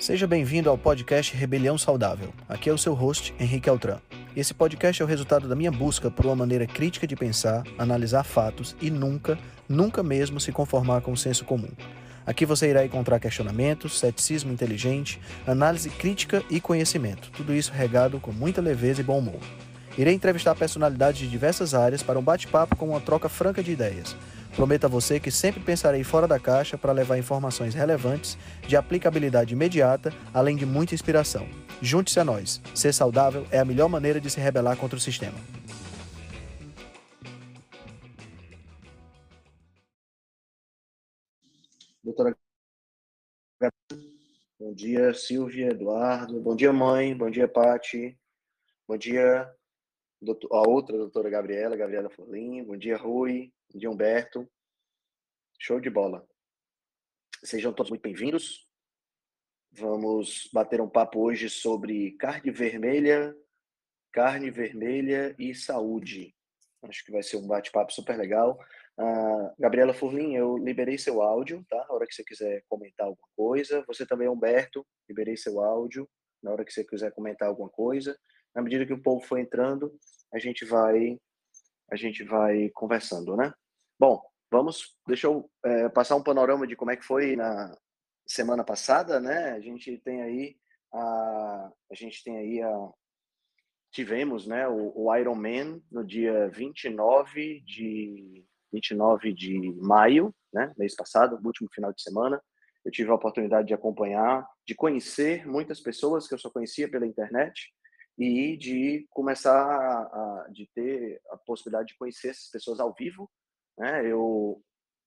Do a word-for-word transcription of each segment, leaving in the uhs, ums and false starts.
Seja bem-vindo ao podcast Rebelião Saudável. Aqui é o seu host, Henrique Altran. Esse podcast é o resultado da minha busca por uma maneira crítica de pensar, analisar fatos e nunca, nunca mesmo se conformar com o senso comum. Aqui você irá encontrar questionamentos, ceticismo inteligente, análise crítica e conhecimento. Tudo isso regado com muita leveza e bom humor. Irei entrevistar personalidades de diversas áreas para um bate-papo com uma troca franca de ideias. Prometo a você que sempre pensarei fora da caixa para levar informações relevantes, de aplicabilidade imediata, além de muita inspiração. Junte-se a nós. Ser saudável é a melhor maneira de se rebelar contra o sistema. Doutora, bom dia, Silvia, Eduardo. Bom dia, mãe. Bom dia, Pati. Bom dia, doutor... a outra doutora Gabriela, Gabriela Forlim. Bom dia, Rui. Bom dia, Humberto. Show de bola. Sejam todos muito bem-vindos. Vamos bater um papo hoje sobre carne vermelha, carne vermelha e saúde. Acho que vai ser um bate-papo super legal. Uh, Gabriela Furlim, eu liberei seu áudio, tá? Na hora que você quiser comentar alguma coisa. Você também, Humberto, liberei seu áudio. Na hora que você quiser comentar alguma coisa. Na medida que o povo for entrando, a gente vai, a gente vai conversando, né? Bom, vamos, deixa eu é, passar um panorama de como é que foi na semana passada, né? A gente tem aí a, a gente tem aí a tivemos, né, o, o Ironman no dia vinte e nove de vinte e nove de maio, né, mês passado, no último final de semana. Eu tive a oportunidade de acompanhar, de conhecer muitas pessoas que eu só conhecia pela internet e de começar a, a de ter a possibilidade de conhecer essas pessoas ao vivo, né? Eu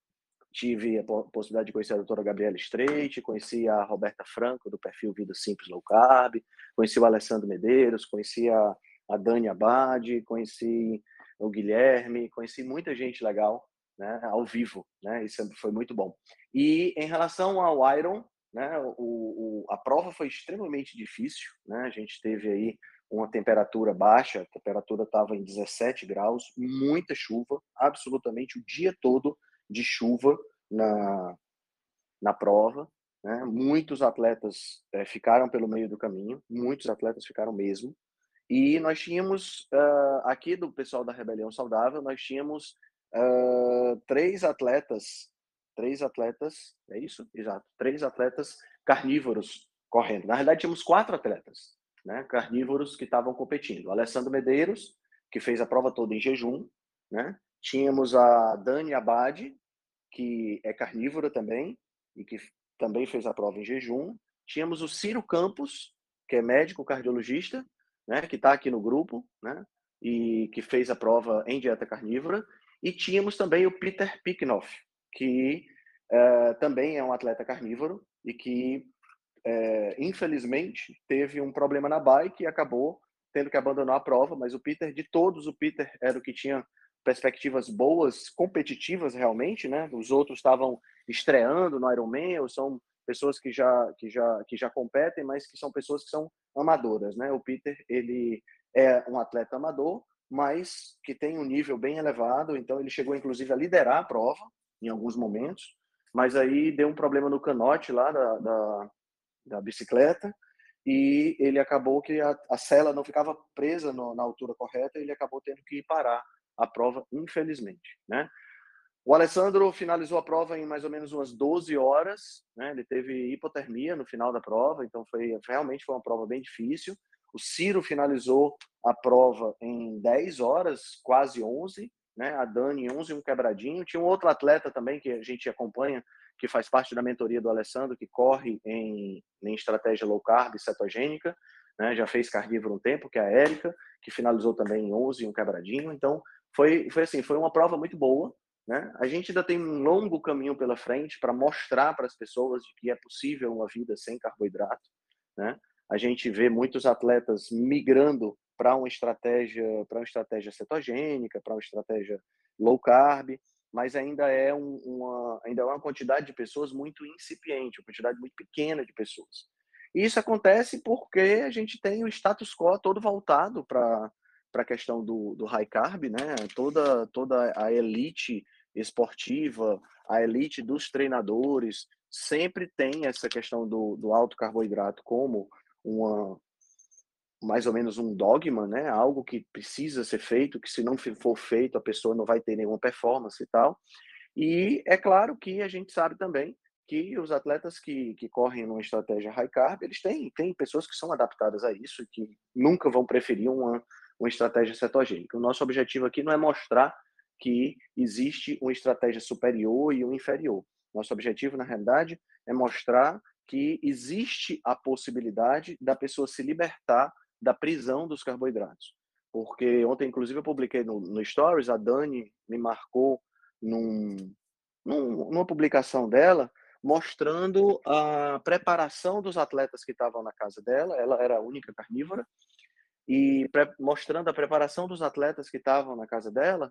tive a possibilidade de conhecer a doutora Gabriela Streit, conheci a Roberta Franco, do perfil Vida Simples Low Carb, conheci o Alessandro Medeiros, conheci a, a Dani Abad, conheci o Guilherme, conheci muita gente legal, né, ao vivo, né, isso foi muito bom. E em relação ao Iron, né, o, o, a prova foi extremamente difícil, né, a gente teve aí uma temperatura baixa, a temperatura estava em dezessete graus, muita chuva, absolutamente o dia todo de chuva na, na prova, né? Muitos atletas é, ficaram pelo meio do caminho, muitos atletas ficaram mesmo, e nós tínhamos, uh, aqui do pessoal da Rebelião Saudável, nós tínhamos uh, três atletas, três atletas, é isso? Exato, três atletas carnívoros correndo. Na verdade, tínhamos quatro atletas, né, carnívoros que estavam competindo. O Alessandro Medeiros, que fez a prova toda em jejum, né? Tínhamos a Dani Abad, que é carnívora também, e que também fez a prova em jejum. Tínhamos o Ciro Campos, que é médico cardiologista, né, que está aqui no grupo, né, e que fez a prova em dieta carnívora. E tínhamos também o Peter Picknoff, que uh, também é um atleta carnívoro e que, uh, infelizmente, teve um problema na bike e acabou tendo que abandonar a prova. Mas o Peter, de todos, o Peter era o que tinha perspectivas boas, competitivas realmente, né? Os outros estavam estreando no Ironman, ou são pessoas que já que já que já competem, mas que são pessoas que são amadoras, né? O Peter, ele é um atleta amador, mas que tem um nível bem elevado, então ele chegou inclusive a liderar a prova em alguns momentos, mas aí deu um problema no canote lá da, da, da bicicleta e ele acabou que a, a sela não ficava presa no, na altura correta e ele acabou tendo que parar a prova, infelizmente, né? O Alessandro finalizou a prova em mais ou menos umas doze horas, né? Ele teve hipotermia no final da prova, então foi realmente foi uma prova bem difícil. O Ciro finalizou a prova em dez horas, quase onze, né? A Dani em onze, um quebradinho. Tinha um outro atleta também que a gente acompanha, que faz parte da mentoria do Alessandro, que corre em, em estratégia low carb cetogênica, né? Já fez carnívoro um tempo, que é a Érica, que finalizou também em onze, um quebradinho. Então, foi, foi assim, foi uma prova muito boa, né? A gente ainda tem um longo caminho pela frente para mostrar para as pessoas de que é possível uma vida sem carboidrato, né? A gente vê muitos atletas migrando para uma estratégia, para uma estratégia cetogênica, para uma estratégia low carb, mas ainda é um, uma, ainda é uma quantidade de pessoas muito incipiente, uma quantidade muito pequena de pessoas. E isso acontece porque a gente tem o status quo todo voltado para para a questão do, do high carb, né? Toda, toda a elite esportiva, a elite dos treinadores sempre tem essa questão do do alto carboidrato como uma mais ou menos um dogma, né, algo que precisa ser feito, que se não fe for feito, a pessoa não vai ter nenhuma performance e tal. E é claro que a gente sabe também que os atletas que que correm numa estratégia high carb, eles têm têm pessoas que são adaptadas a isso e que nunca vão preferir uma uma estratégia cetogênica. O nosso objetivo aqui não é mostrar que existe uma estratégia superior e uma inferior. Nosso objetivo, na realidade, é mostrar que existe a possibilidade da pessoa se libertar da prisão dos carboidratos. Porque ontem, inclusive, eu publiquei no no Stories, a Dani me marcou num num numa publicação dela, mostrando a preparação dos atletas que estavam na casa dela, ela era a única carnívora, e pre mostrando a preparação dos atletas que estavam na casa dela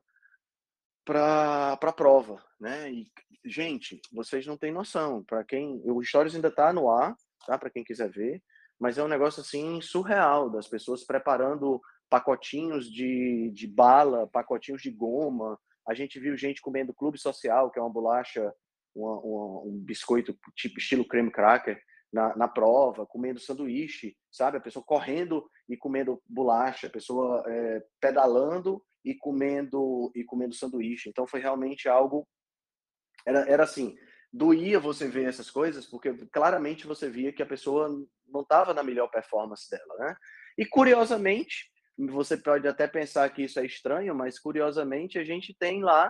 para para a prova, né. E, gente, vocês não têm noção, para quem o Stories ainda está no ar, tá, para quem quiser ver, mas é um negócio, assim, surreal, das pessoas preparando pacotinhos de de bala, pacotinhos de goma. A gente viu gente comendo Clube Social, que é uma bolacha, uma uma um biscoito tipo estilo creme cracker, na na prova, comendo sanduíche, sabe, a pessoa correndo e comendo bolacha, a pessoa, eh, pedalando e comendo e comendo sanduíche. Então foi realmente algo era era assim, doía você ver essas coisas, porque claramente você via que a pessoa não estava na melhor performance dela, né. E curiosamente, você pode até pensar que isso é estranho, mas curiosamente a gente tem lá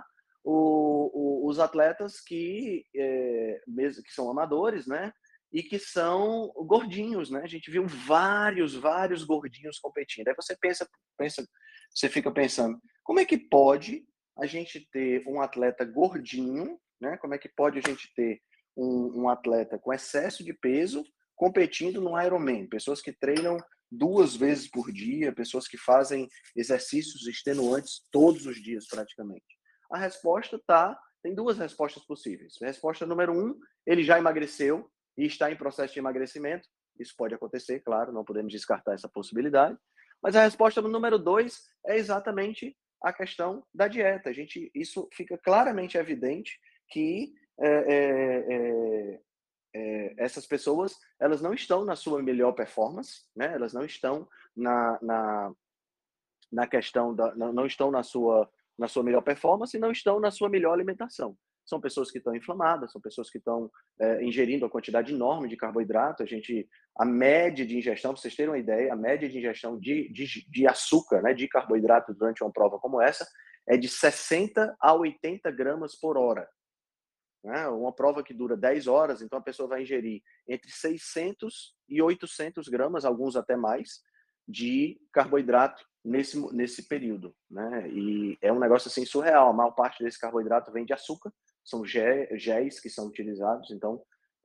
o o os atletas que, eh, mesmo que são amadores, né, e que são gordinhos, né. A gente viu vários, vários gordinhos competindo. Aí você pensa pensa você fica pensando: "Como é que pode a gente ter um atleta gordinho, né, como é que pode a gente ter um um atleta com excesso de peso competindo no Ironman?" Pessoas que treinam duas vezes por dia, pessoas que fazem exercícios extenuantes todos os dias praticamente. A resposta tá tem duas respostas possíveis. A resposta número um, ele já emagreceu e está em processo de emagrecimento. Isso pode acontecer, claro, não podemos descartar essa possibilidade. Mas a resposta número dois é exatamente a questão da dieta. A gente, isso fica claramente evidente que é, é, é, é, essas pessoas elas não estão na sua melhor performance, né? Elas não estão na, na, na questão da, não, não estão na sua na sua melhor performance e não estão na sua melhor alimentação. São pessoas que estão inflamadas, são pessoas que estão é, ingerindo uma quantidade enorme de carboidrato. A gente, a média de ingestão, para vocês terem uma ideia, a média de ingestão de, de, de açúcar, né, de carboidrato durante uma prova como essa, é de sessenta a oitenta gramas por hora. Né? Uma prova que dura dez horas, então a pessoa vai ingerir entre seiscentos e oitocentos gramas, alguns até mais, de carboidrato nesse, nesse período. Né? E é um negócio assim surreal. A maior parte desse carboidrato vem de açúcar, são géis que são utilizados, então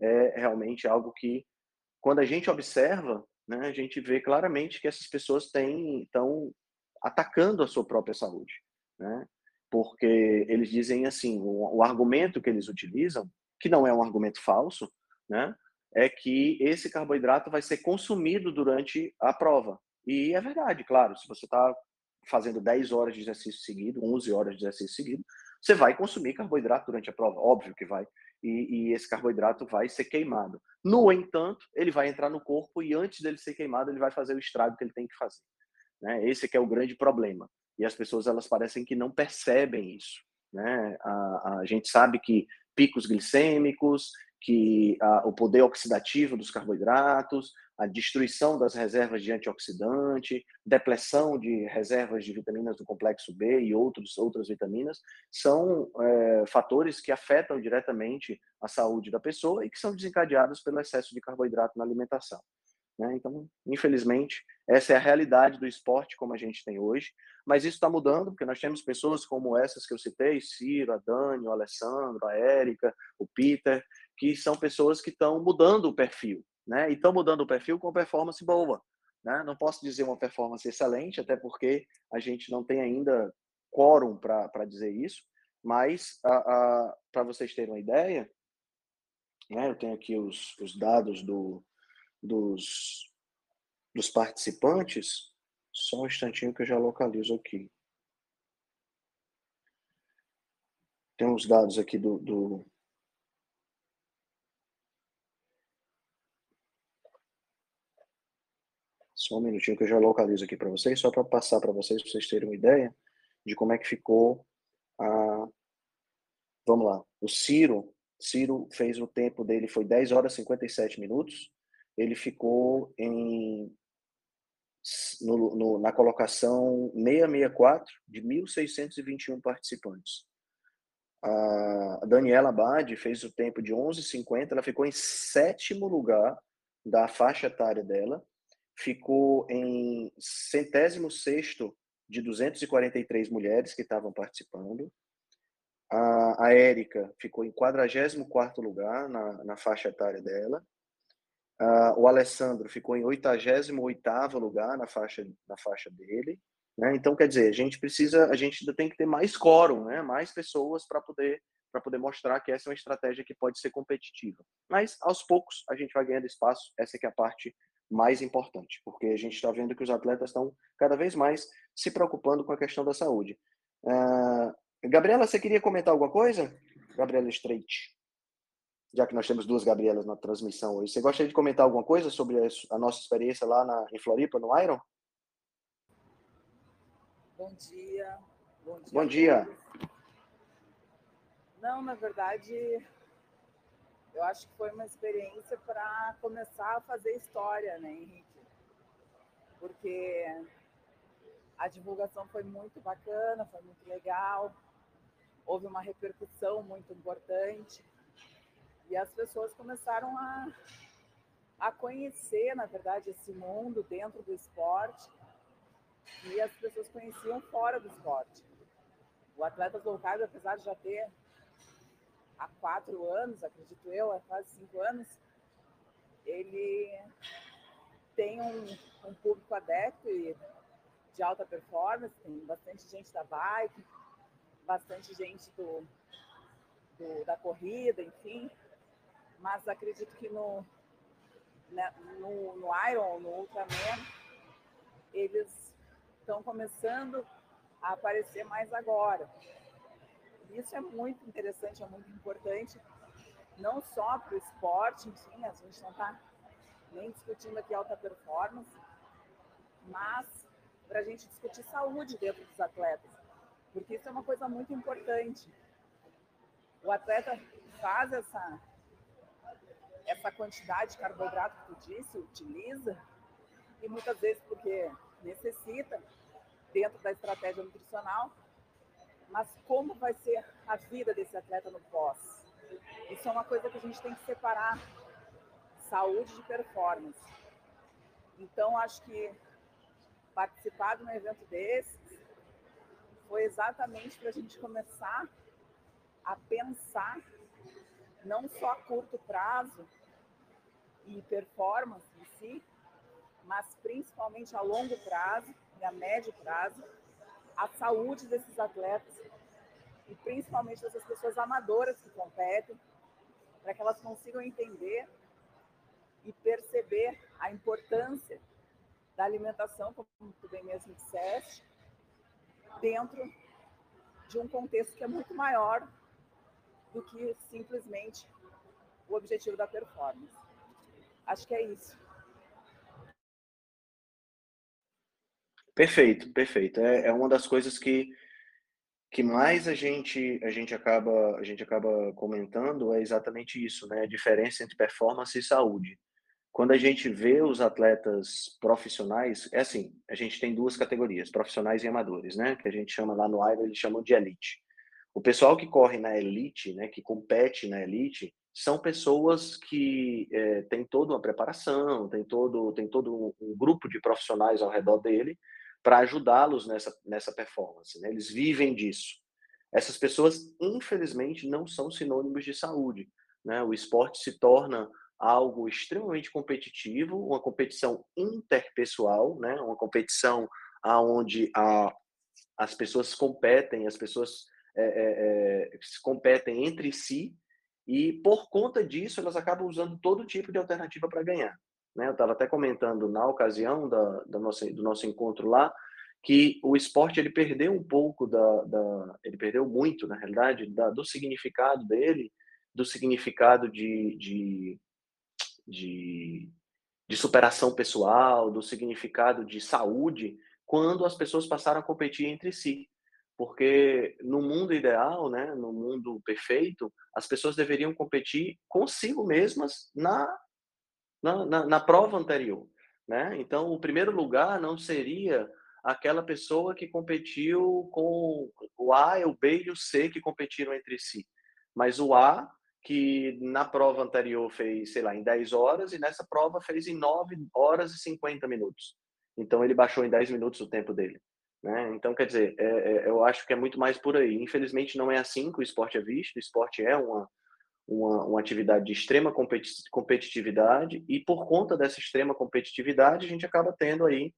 é realmente algo que, quando a gente observa, né, a gente vê claramente que essas pessoas têm, estão atacando a sua própria saúde. Né? Porque eles dizem assim, o, o argumento que eles utilizam, que não é um argumento falso, né, é que esse carboidrato vai ser consumido durante a prova. E é verdade, claro, se você está fazendo dez horas de exercício seguido, onze horas de exercício seguido, você vai consumir carboidrato durante a prova, óbvio que vai. E, e esse carboidrato vai ser queimado. No entanto, ele vai entrar no corpo e antes dele ser queimado, ele vai fazer o estrago que ele tem que fazer. Né? Esse que é o grande problema. E as pessoas elas parecem que não percebem isso. Né? A, a gente sabe que picos glicêmicos, que a, o poder oxidativo dos carboidratos, a destruição das reservas de antioxidante, depressão de reservas de vitaminas do complexo B e outros, outras vitaminas, são é, fatores que afetam diretamente a saúde da pessoa e que são desencadeados pelo excesso de carboidrato na alimentação. Né? Então, infelizmente, essa é a realidade do esporte como a gente tem hoje, mas isso está mudando, porque nós temos pessoas como essas que eu citei, Ciro, a Dani, o Alessandro, a Érica, o Peter, que são pessoas que estão mudando o perfil, né? E estão mudando o perfil com performance boa. Né? Não posso dizer uma performance excelente, até porque a gente não tem ainda quórum para dizer isso, mas para vocês terem uma ideia, né, eu tenho aqui os, os dados do, dos, dos participantes, só um instantinho que eu já localizo aqui. Tem uns dados aqui do, do, Só um minutinho que eu já localizo aqui para vocês, só para passar para vocês, para vocês terem uma ideia de como é que ficou a... Vamos lá. O Ciro, Ciro fez o tempo dele, foi dez horas e cinquenta e sete minutos. Ele ficou em, no, no, na colocação seiscentos e sessenta e quatro de mil seiscentos e vinte e um participantes. A Daniela Abad fez o tempo de onze e cinquenta, ela ficou em sétimo lugar da faixa etária dela, ficou em centésimo sexto de duzentas e quarenta e três mulheres que estavam participando. A, a Érica ficou em quadragésimo quarto lugar na, na faixa etária dela. Uh, o Alessandro ficou em oitagésimo oitavo lugar na faixa, na faixa dele. Né? Então, quer dizer, a gente precisa, a gente ainda tem que ter mais quórum, né? Mais pessoas para poder, para poder mostrar que essa é uma estratégia que pode ser competitiva. Mas, aos poucos, a gente vai ganhando espaço. Essa é que é a parte mais importante, porque a gente está vendo que os atletas estão cada vez mais se preocupando com a questão da saúde. Uh, Gabriela, você queria comentar alguma coisa? Gabriela Streit, já que nós temos duas Gabrielas na transmissão hoje. Você gostaria de comentar alguma coisa sobre a nossa experiência lá na, em Floripa, no Iron? Bom dia. Bom dia. Bom dia. Não, na verdade, eu acho que foi uma experiência para começar a fazer história, né, Henrique? Porque a divulgação foi muito bacana, foi muito legal, houve uma repercussão muito importante e as pessoas começaram a, a conhecer, na verdade, esse mundo dentro do esporte e as pessoas conheciam fora do esporte. O Atletas Low Carb, apesar de já ter há quatro anos, acredito eu, há quase cinco anos, ele tem um, um público adepto e de alta performance, tem bastante gente da bike, bastante gente do, do, da corrida, enfim, mas acredito que no, né, no, no Iron, no Ultraman, eles estão começando a aparecer mais agora. Isso é muito interessante, é muito importante, não só para o esporte, enfim, a gente não está nem discutindo aqui alta performance, mas para a gente discutir saúde dentro dos atletas, porque isso é uma coisa muito importante. O atleta faz essa, essa quantidade de carboidrato que tu disse, utiliza, e muitas vezes porque necessita, dentro da estratégia nutricional, mas como vai ser a vida desse atleta no pós? Isso é uma coisa que a gente tem que separar, saúde de performance. Então, acho que participar de um evento desse foi exatamente para a gente começar a pensar não só a curto prazo e performance em si, mas principalmente a longo prazo e a médio prazo, a saúde desses atletas e principalmente dessas pessoas amadoras que competem, para que elas consigam entender e perceber a importância da alimentação, como tu bem mesmo disseste, dentro de um contexto que é muito maior do que simplesmente o objetivo da performance. Acho que é isso. Perfeito, perfeito. É, é uma das coisas que que mais a gente a gente acaba a gente acaba comentando é exatamente isso, né? A diferença entre performance e saúde. Quando a gente vê os atletas profissionais, é assim, a gente tem duas categorias, profissionais e amadores, né? Que a gente chama lá no Iron, eles chamam de elite. O pessoal que corre na elite, né, que compete na elite, são pessoas que é, têm toda uma preparação, tem todo, tem todo um grupo de profissionais ao redor dele para ajudá-los nessa, nessa performance. Né? Eles vivem disso. Essas pessoas, infelizmente, não são sinônimos de saúde. Né? O esporte se torna algo extremamente competitivo, uma competição interpessoal, né? Uma competição aonde a, as pessoas competem, as pessoas é, é, é, competem entre si e, por conta disso, elas acabam usando todo tipo de alternativa para ganhar. Né? Eu estava até comentando na ocasião da, da nossa, do nosso encontro lá que o esporte ele perdeu um pouco da, da ele perdeu muito, na realidade, da, do significado dele, do significado de, de, de de superação pessoal, do significado de saúde, quando as pessoas passaram a competir entre si. Porque no mundo ideal, né, no mundo perfeito, as pessoas deveriam competir consigo mesmas na na na na prova anterior, né. Então o primeiro lugar não seria aquela pessoa que competiu com o A, o B e o C que competiram entre si, mas o A que na prova anterior fez, sei lá, em dez horas e nessa prova fez em nove horas e cinquenta minutos. Então ele baixou em dez minutos o tempo dele, né. Então quer dizer, eh eh, eu acho que é muito mais por aí. Infelizmente não é assim que o esporte é visto, o esporte é uma uma uma atividade de extrema competi competitividade e por conta dessa extrema competitividade, a gente acaba tendo aí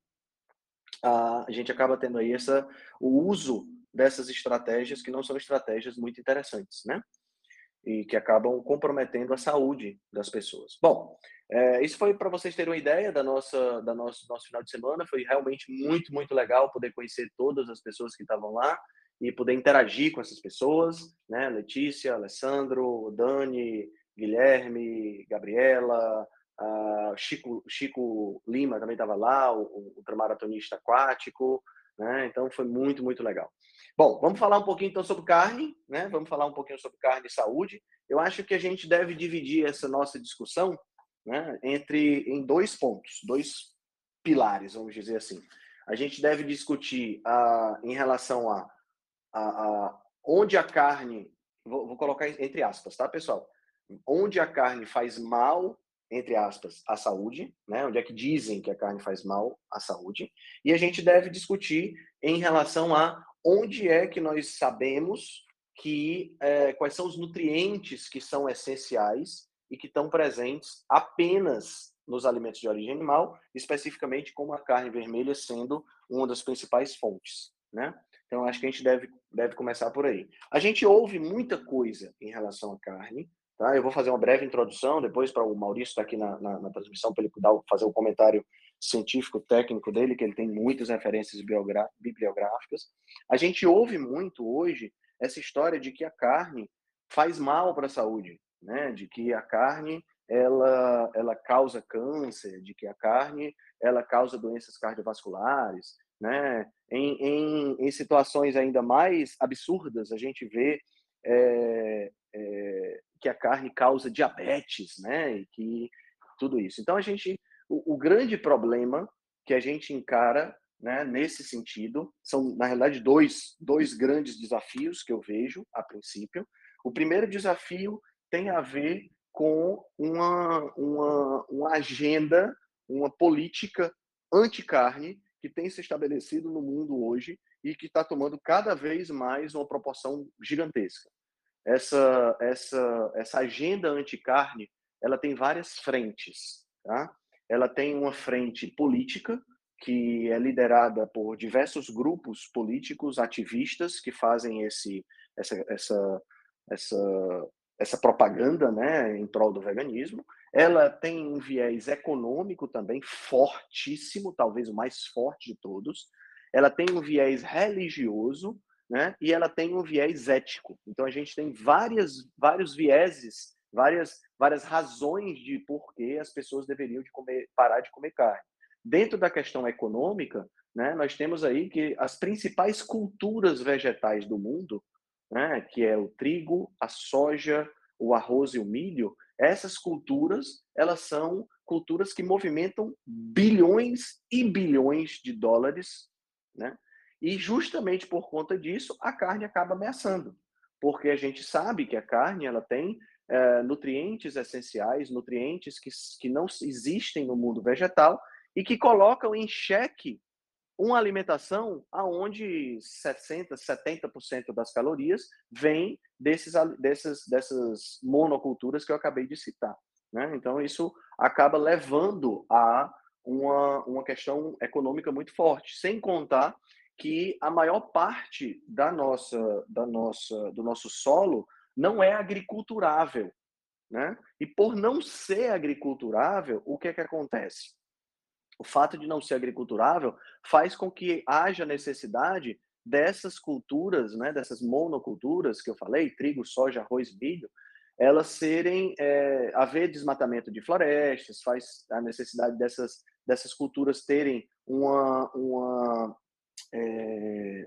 a a gente acaba tendo aí essa o uso dessas estratégias que não são estratégias muito interessantes, né, e que acabam comprometendo a saúde das pessoas. Bom, eh, isso foi para vocês terem uma ideia da nossa da nosso nosso final de semana, foi realmente muito, muito legal poder conhecer todas as pessoas que estavam lá e poder interagir com essas pessoas, né, Letícia, Alessandro, Dani, Guilherme, Gabriela, ah, Chico Chico Lima também estava lá, o o ultramaratonista aquático, né, então foi muito, muito legal. Bom, vamos falar um pouquinho então sobre carne, né, vamos falar um pouquinho sobre carne e saúde. Eu acho que a gente deve dividir essa nossa discussão, né, entre em dois pontos, dois pilares, vamos dizer assim. A gente deve discutir, ah, em relação a a a onde a carne vou vou colocar entre aspas, tá, pessoal? Onde a carne faz mal, entre aspas, à saúde, né, onde é que dizem que a carne faz mal à saúde, e a gente deve discutir em relação a onde é que nós sabemos que, eh, quais são os nutrientes que são essenciais e que estão presentes apenas nos alimentos de origem animal, especificamente como a carne vermelha sendo uma das principais fontes, né. Então acho que a gente deve deve começar por aí. A gente ouve muita coisa em relação à carne, tá, eu vou fazer uma breve introdução, depois para o Maurício estar aqui na na na transmissão, para ele dar o fazer o comentário científico, técnico dele, que ele tem muitas referências biogra bibliográficas. A gente ouve muito hoje essa história de que a carne faz mal para a saúde, né, de que a carne ela ela causa câncer, de que a carne ela causa doenças cardiovasculares, né. Em em em situações ainda mais absurdas, a gente vê, eh eh, que a carne causa diabetes, né, e que tudo isso. Então a gente o o grande problema que a gente encara, né, nesse sentido, são na realidade dois dois grandes desafios que eu vejo, a princípio. O primeiro desafio tem a ver com uma uma uma agenda, uma política anti-carne que tem se estabelecido no mundo hoje e que está tomando cada vez mais uma proporção gigantesca. Essa essa essa agenda anti-carne, ela tem várias frentes, tá. Ela tem uma frente política, que é liderada por diversos grupos políticos ativistas que fazem esse essa essa essa essa propaganda, né, em prol do veganismo. Ela tem um viés econômico também fortíssimo, talvez o mais forte de todos. Ela tem um viés religioso, né, e ela tem um viés ético. Então a gente tem várias vários vieses, várias várias razões de por que as pessoas deveriam de comer parar de comer carne. Dentro da questão econômica, né, nós temos aí que as principais culturas vegetais do mundo, né, que é o trigo, a soja, o arroz e o milho, essas culturas, elas são culturas que movimentam bilhões e bilhões de dólares, né, e justamente por conta disso, a carne acaba ameaçando, porque a gente sabe que a carne ela tem, eh, nutrientes essenciais, nutrientes que que não existem no mundo vegetal e que colocam em xeque uma alimentação aonde sessenta, setenta por cento das calorias vem desses ali dessas dessas monoculturas que eu acabei de citar, né. Então isso acaba levando a uma uma questão econômica muito forte, sem contar que a maior parte da nossa da nossa do nosso solo não é agriculturável, né. E por não ser agriculturável, o que é que acontece? O fato de não ser agriculturável faz com que haja necessidade dessas culturas, né, dessas monoculturas que eu falei, trigo, soja, arroz, milho, elas serem, é, haver desmatamento de florestas, faz a necessidade dessas, dessas culturas terem uma, uma, é,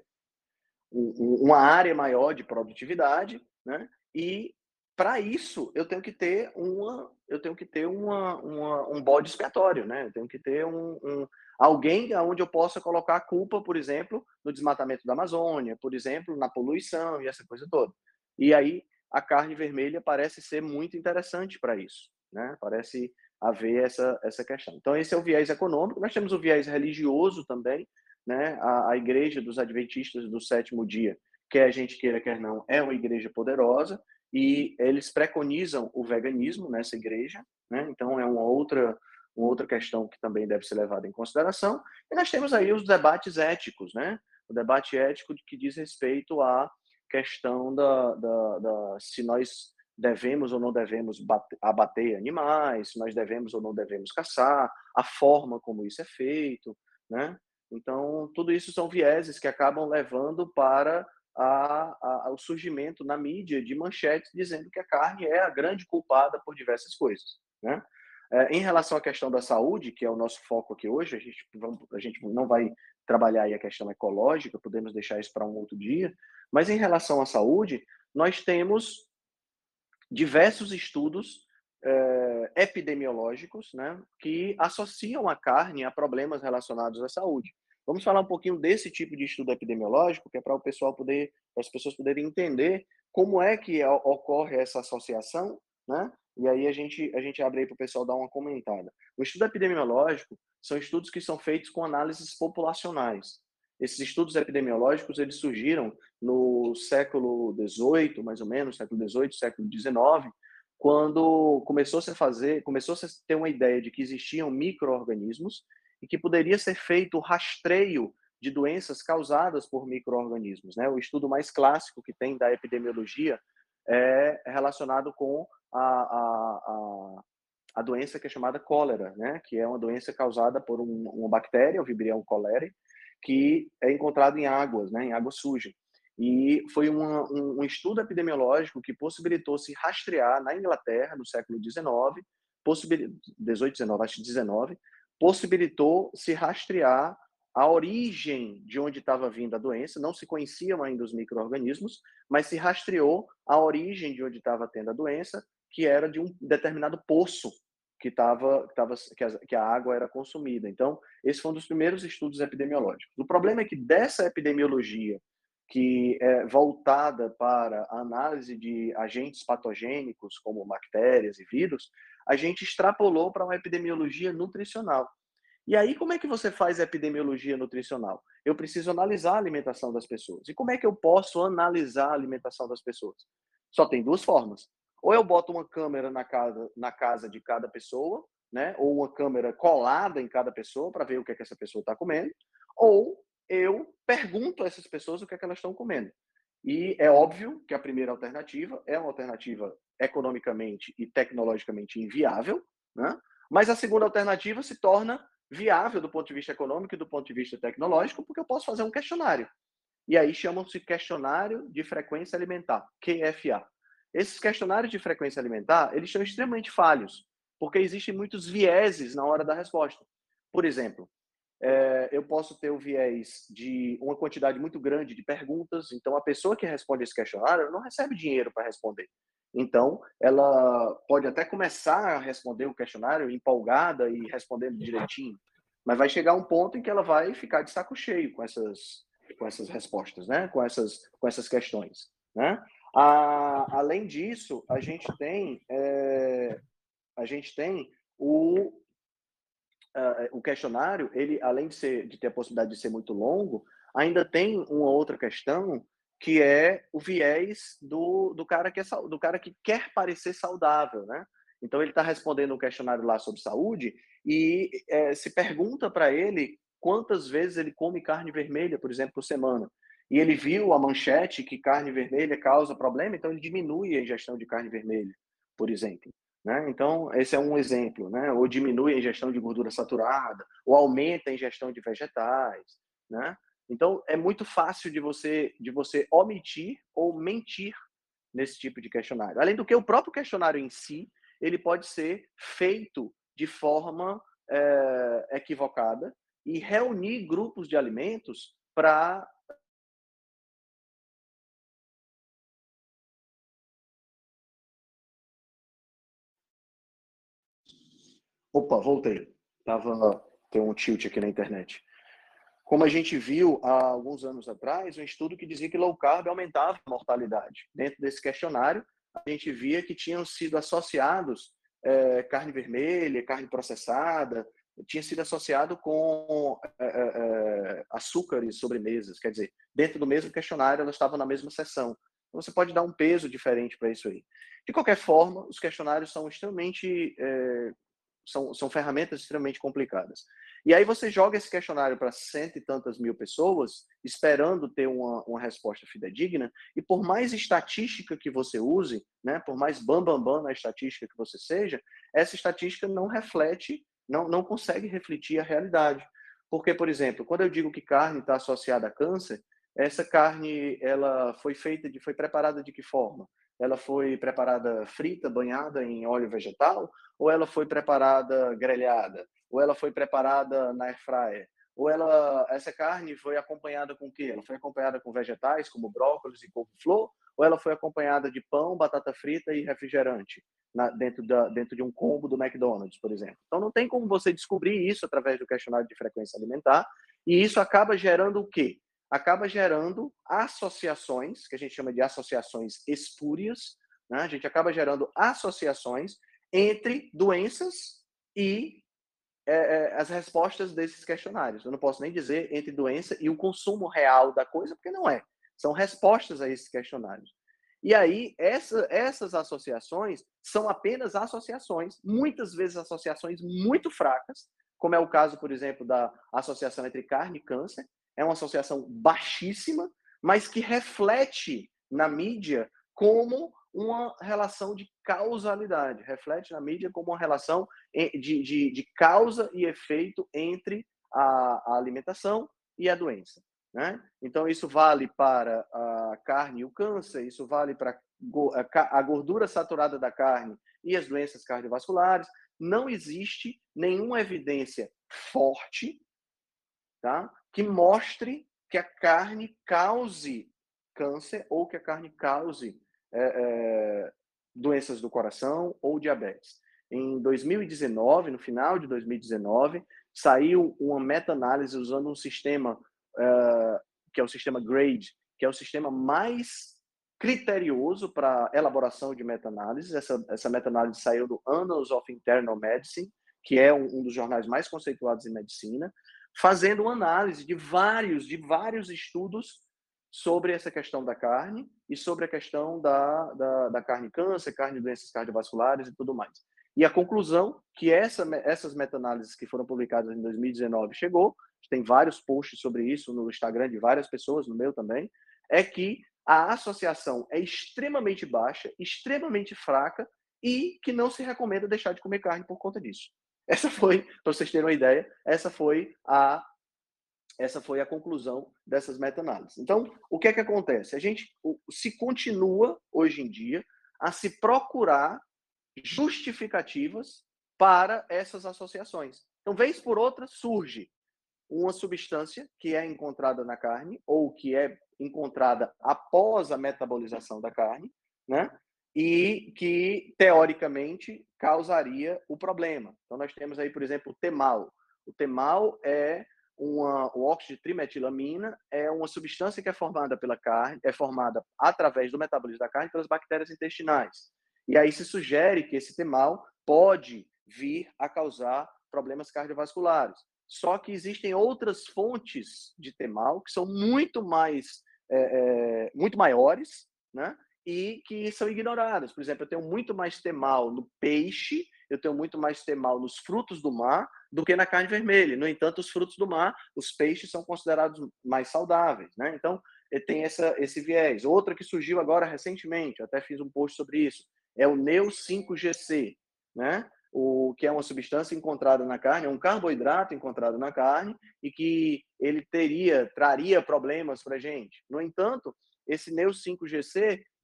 uma área maior de produtividade, né? E para isso eu tenho que ter uma, eu tenho que ter uma, uma, um bode expiatório, né? Eu tenho que ter um, um alguém aonde eu possa colocar a culpa, por exemplo, no desmatamento da Amazônia, por exemplo, na poluição e essa coisa toda. E aí a carne vermelha parece ser muito interessante para isso, né? Parece haver essa essa questão. Então esse é o viés econômico. Nós temos o viés religioso também, né? A, a igreja dos adventistas do sétimo dia, quer a gente queira, quer não, é uma igreja poderosa e eles preconizam o veganismo nessa igreja, né? Então é uma outra, uma outra questão que também deve ser levada em consideração. E nós temos aí os debates éticos, né? O debate ético que diz respeito à questão da, da, da se nós devemos ou não devemos abater animais, se nós devemos ou não devemos caçar, a forma como isso é feito, né? Então, tudo isso são vieses que acabam levando para a, a, ao surgimento na mídia de manchetes dizendo que a carne é a grande culpada por diversas coisas, né? É, em relação à questão da saúde, que é o nosso foco aqui hoje, a gente, a gente não vai trabalhar aí a questão ecológica, podemos deixar isso para um outro dia, mas em relação à saúde, nós temos diversos estudos eh, epidemiológicos, né, que associam a carne a problemas relacionados à saúde. Vamos falar um pouquinho desse tipo de estudo epidemiológico, que é para o pessoal poder, para as pessoas poderem entender como é que ocorre essa associação, né? E aí a gente a gente abre aí para o pessoal dar uma comentada. O estudo epidemiológico são estudos que são feitos com análises populacionais. Esses estudos epidemiológicos eles surgiram no século dezoito, mais ou menos, século dezoito, século dezenove, quando começou-se a fazer, começou-se a ter uma ideia de que existiam micro-organismos e que poderia ser feito o rastreio de doenças causadas por micro-organismos, né? O estudo mais clássico que tem da epidemiologia é relacionado com a, a, a, a doença que é chamada cólera, né? Que é uma doença causada por um, uma bactéria, o Vibrio cholerae, que é encontrado em águas, né? Em água suja. E foi uma, um, um estudo epidemiológico que possibilitou se rastrear na Inglaterra, no século dezenove, dezoito, dezenove, acho que dezenove, possibilitou se rastrear a origem de onde estava vindo a doença. Não se conheciam ainda os micro-organismos, mas se rastreou a origem de onde estava tendo a doença, que era de um determinado poço que, tava, que, tava, que, a, que a água era consumida. Então, esse foi um dos primeiros estudos epidemiológicos. O problema é que dessa epidemiologia, que é voltada para a análise de agentes patogênicos, como bactérias e vírus, a gente extrapolou para uma epidemiologia nutricional. E aí, como é que você faz epidemiologia nutricional? Eu preciso analisar a alimentação das pessoas. E como é que eu posso analisar a alimentação das pessoas? Só tem duas formas. Ou eu boto uma câmera na casa, na casa de cada pessoa, né? Ou uma câmera colada em cada pessoa para ver o que é que essa pessoa está comendo, ou eu pergunto a essas pessoas o que é que elas estão comendo. E é óbvio que a primeira alternativa é uma alternativa economicamente e tecnologicamente inviável, né? Mas a segunda alternativa se torna viável do ponto de vista econômico e do ponto de vista tecnológico, porque eu posso fazer um questionário. E aí chamam-se questionário de frequência alimentar, Q F A. Esses questionários de frequência alimentar, eles são extremamente falhos, porque existem muitos vieses na hora da resposta. Por exemplo, é, eu posso ter o viés de uma quantidade muito grande de perguntas, então a pessoa que responde esse questionário não recebe dinheiro para responder. Então, ela pode até começar a responder o questionário empolgada e respondendo direitinho, mas vai chegar um ponto em que ela vai ficar de saco cheio com essas, com essas respostas, né? Com essas, com essas questões, né? A, além disso, a gente tem, é, a gente tem o uh, o questionário, ele, além de, ser, de ter a possibilidade de ser muito longo, ainda tem uma outra questão, que é o viés do, do, cara, que é, do cara que quer parecer saudável, né? Então, ele está respondendo um questionário lá sobre saúde e é, se pergunta para ele quantas vezes ele come carne vermelha, por exemplo, por semana. E ele viu a manchete que carne vermelha causa problema, então ele diminui a ingestão de carne vermelha, por exemplo. Né? Então, esse é um exemplo, né? Ou diminui a ingestão de gordura saturada, ou aumenta a ingestão de vegetais, né? Então, é muito fácil de você, de você omitir ou mentir nesse tipo de questionário. Além do que, o próprio questionário em si, ele pode ser feito de forma é, equivocada e reunir grupos de alimentos para... Opa, voltei. Tava... Tem um tilt aqui na internet. Como a gente viu há alguns anos atrás, um estudo que dizia que low carb aumentava a mortalidade. Dentro desse questionário, a gente via que tinham sido associados é, carne vermelha, carne processada, tinha sido associado com é, é, açúcares, sobremesas. Quer dizer, dentro do mesmo questionário, elas estavam na mesma seção. Então, você pode dar um peso diferente para isso aí. De qualquer forma, os questionários são extremamente... É, são, são ferramentas extremamente complicadas. E aí você joga esse questionário para cento e tantas mil pessoas, esperando ter uma, uma resposta fidedigna, e por mais estatística que você use, né, por mais bam, bam, bam na estatística que você seja, essa estatística não reflete, não, não consegue refletir a realidade. Porque, por exemplo, quando eu digo que carne está associada a câncer, essa carne ela foi feita, de, foi preparada de que forma? Ela foi preparada frita, banhada em óleo vegetal, ou ela foi preparada grelhada? Ou ela foi preparada na air fryer? Ou ela, essa carne foi acompanhada com o quê? Ela foi acompanhada com vegetais, como brócolis e couve-flor? Ou ela foi acompanhada de pão, batata frita e refrigerante, na, dentro, da, dentro de um combo do McDonald's, por exemplo? Então, não tem como você descobrir isso através do questionário de frequência alimentar, e isso acaba gerando o quê? Acaba gerando associações, que a gente chama de associações espúrias, né? A gente acaba gerando associações entre doenças e é, é, as respostas desses questionários. Eu não posso nem dizer entre doença e o consumo real da coisa, porque não é. São respostas a esses questionários. E aí, essa, essas associações são apenas associações, muitas vezes associações muito fracas, como é o caso, por exemplo, da associação entre carne e câncer. É uma associação baixíssima, mas que reflete na mídia como uma relação de causalidade, reflete na mídia como uma relação de, de, de causa e efeito entre a, a alimentação e a doença. Né? Então, isso vale para a carne e o câncer, isso vale para a gordura saturada da carne e as doenças cardiovasculares. Não existe nenhuma evidência forte, tá, que mostre que a carne cause câncer ou que a carne cause é, é, doenças do coração ou diabetes. Em dois mil e dezenove, no final de dois mil e dezenove, saiu uma meta-análise usando um sistema uh, que é o sistema GRADE, que é o sistema mais criterioso para elaboração de meta-análise. Essa, essa meta-análise saiu do Annals of Internal Medicine, que é um, um dos jornais mais conceituados em medicina, fazendo uma análise de vários, de vários estudos sobre essa questão da carne e sobre a questão da, da, da carne câncer, carne doenças cardiovasculares e tudo mais. E a conclusão que essa, essas meta-análises que foram publicadas em dois mil e dezenove chegou, tem vários posts sobre isso no Instagram de várias pessoas, no meu também, é que a associação é extremamente baixa, extremamente fraca e que não se recomenda deixar de comer carne por conta disso. Essa foi, para vocês terem uma ideia, essa foi a essa foi a conclusão dessas meta-análises. Então, o que é que acontece? A gente se continua, hoje em dia, a se procurar justificativas para essas associações. Então, vez por outra, surge uma substância que é encontrada na carne ou que é encontrada após a metabolização da carne, né? E que, teoricamente, causaria o problema. Então, nós temos aí, por exemplo, o temal. O temal é uma, o óxido de trimetilamina é uma substância que é formada pela carne, é formada através do metabolismo da carne pelas bactérias intestinais. E aí se sugere que esse temal pode vir a causar problemas cardiovasculares. Só que existem outras fontes de temal que são muito mais, é, é, muito maiores, né? E que são ignoradas. Por exemplo, eu tenho muito mais temal no peixe, eu tenho muito mais temal nos frutos do mar do que na carne vermelha. No entanto, os frutos do mar, os peixes são considerados mais saudáveis, né? Então, tem essa, esse viés. Outra que surgiu agora recentemente, eu até fiz um post sobre isso, é o Neo cinco G C, né? O que é uma substância encontrada na carne, é um carboidrato encontrado na carne e que ele teria, traria problemas para a gente. No entanto, esse Neo cinco G C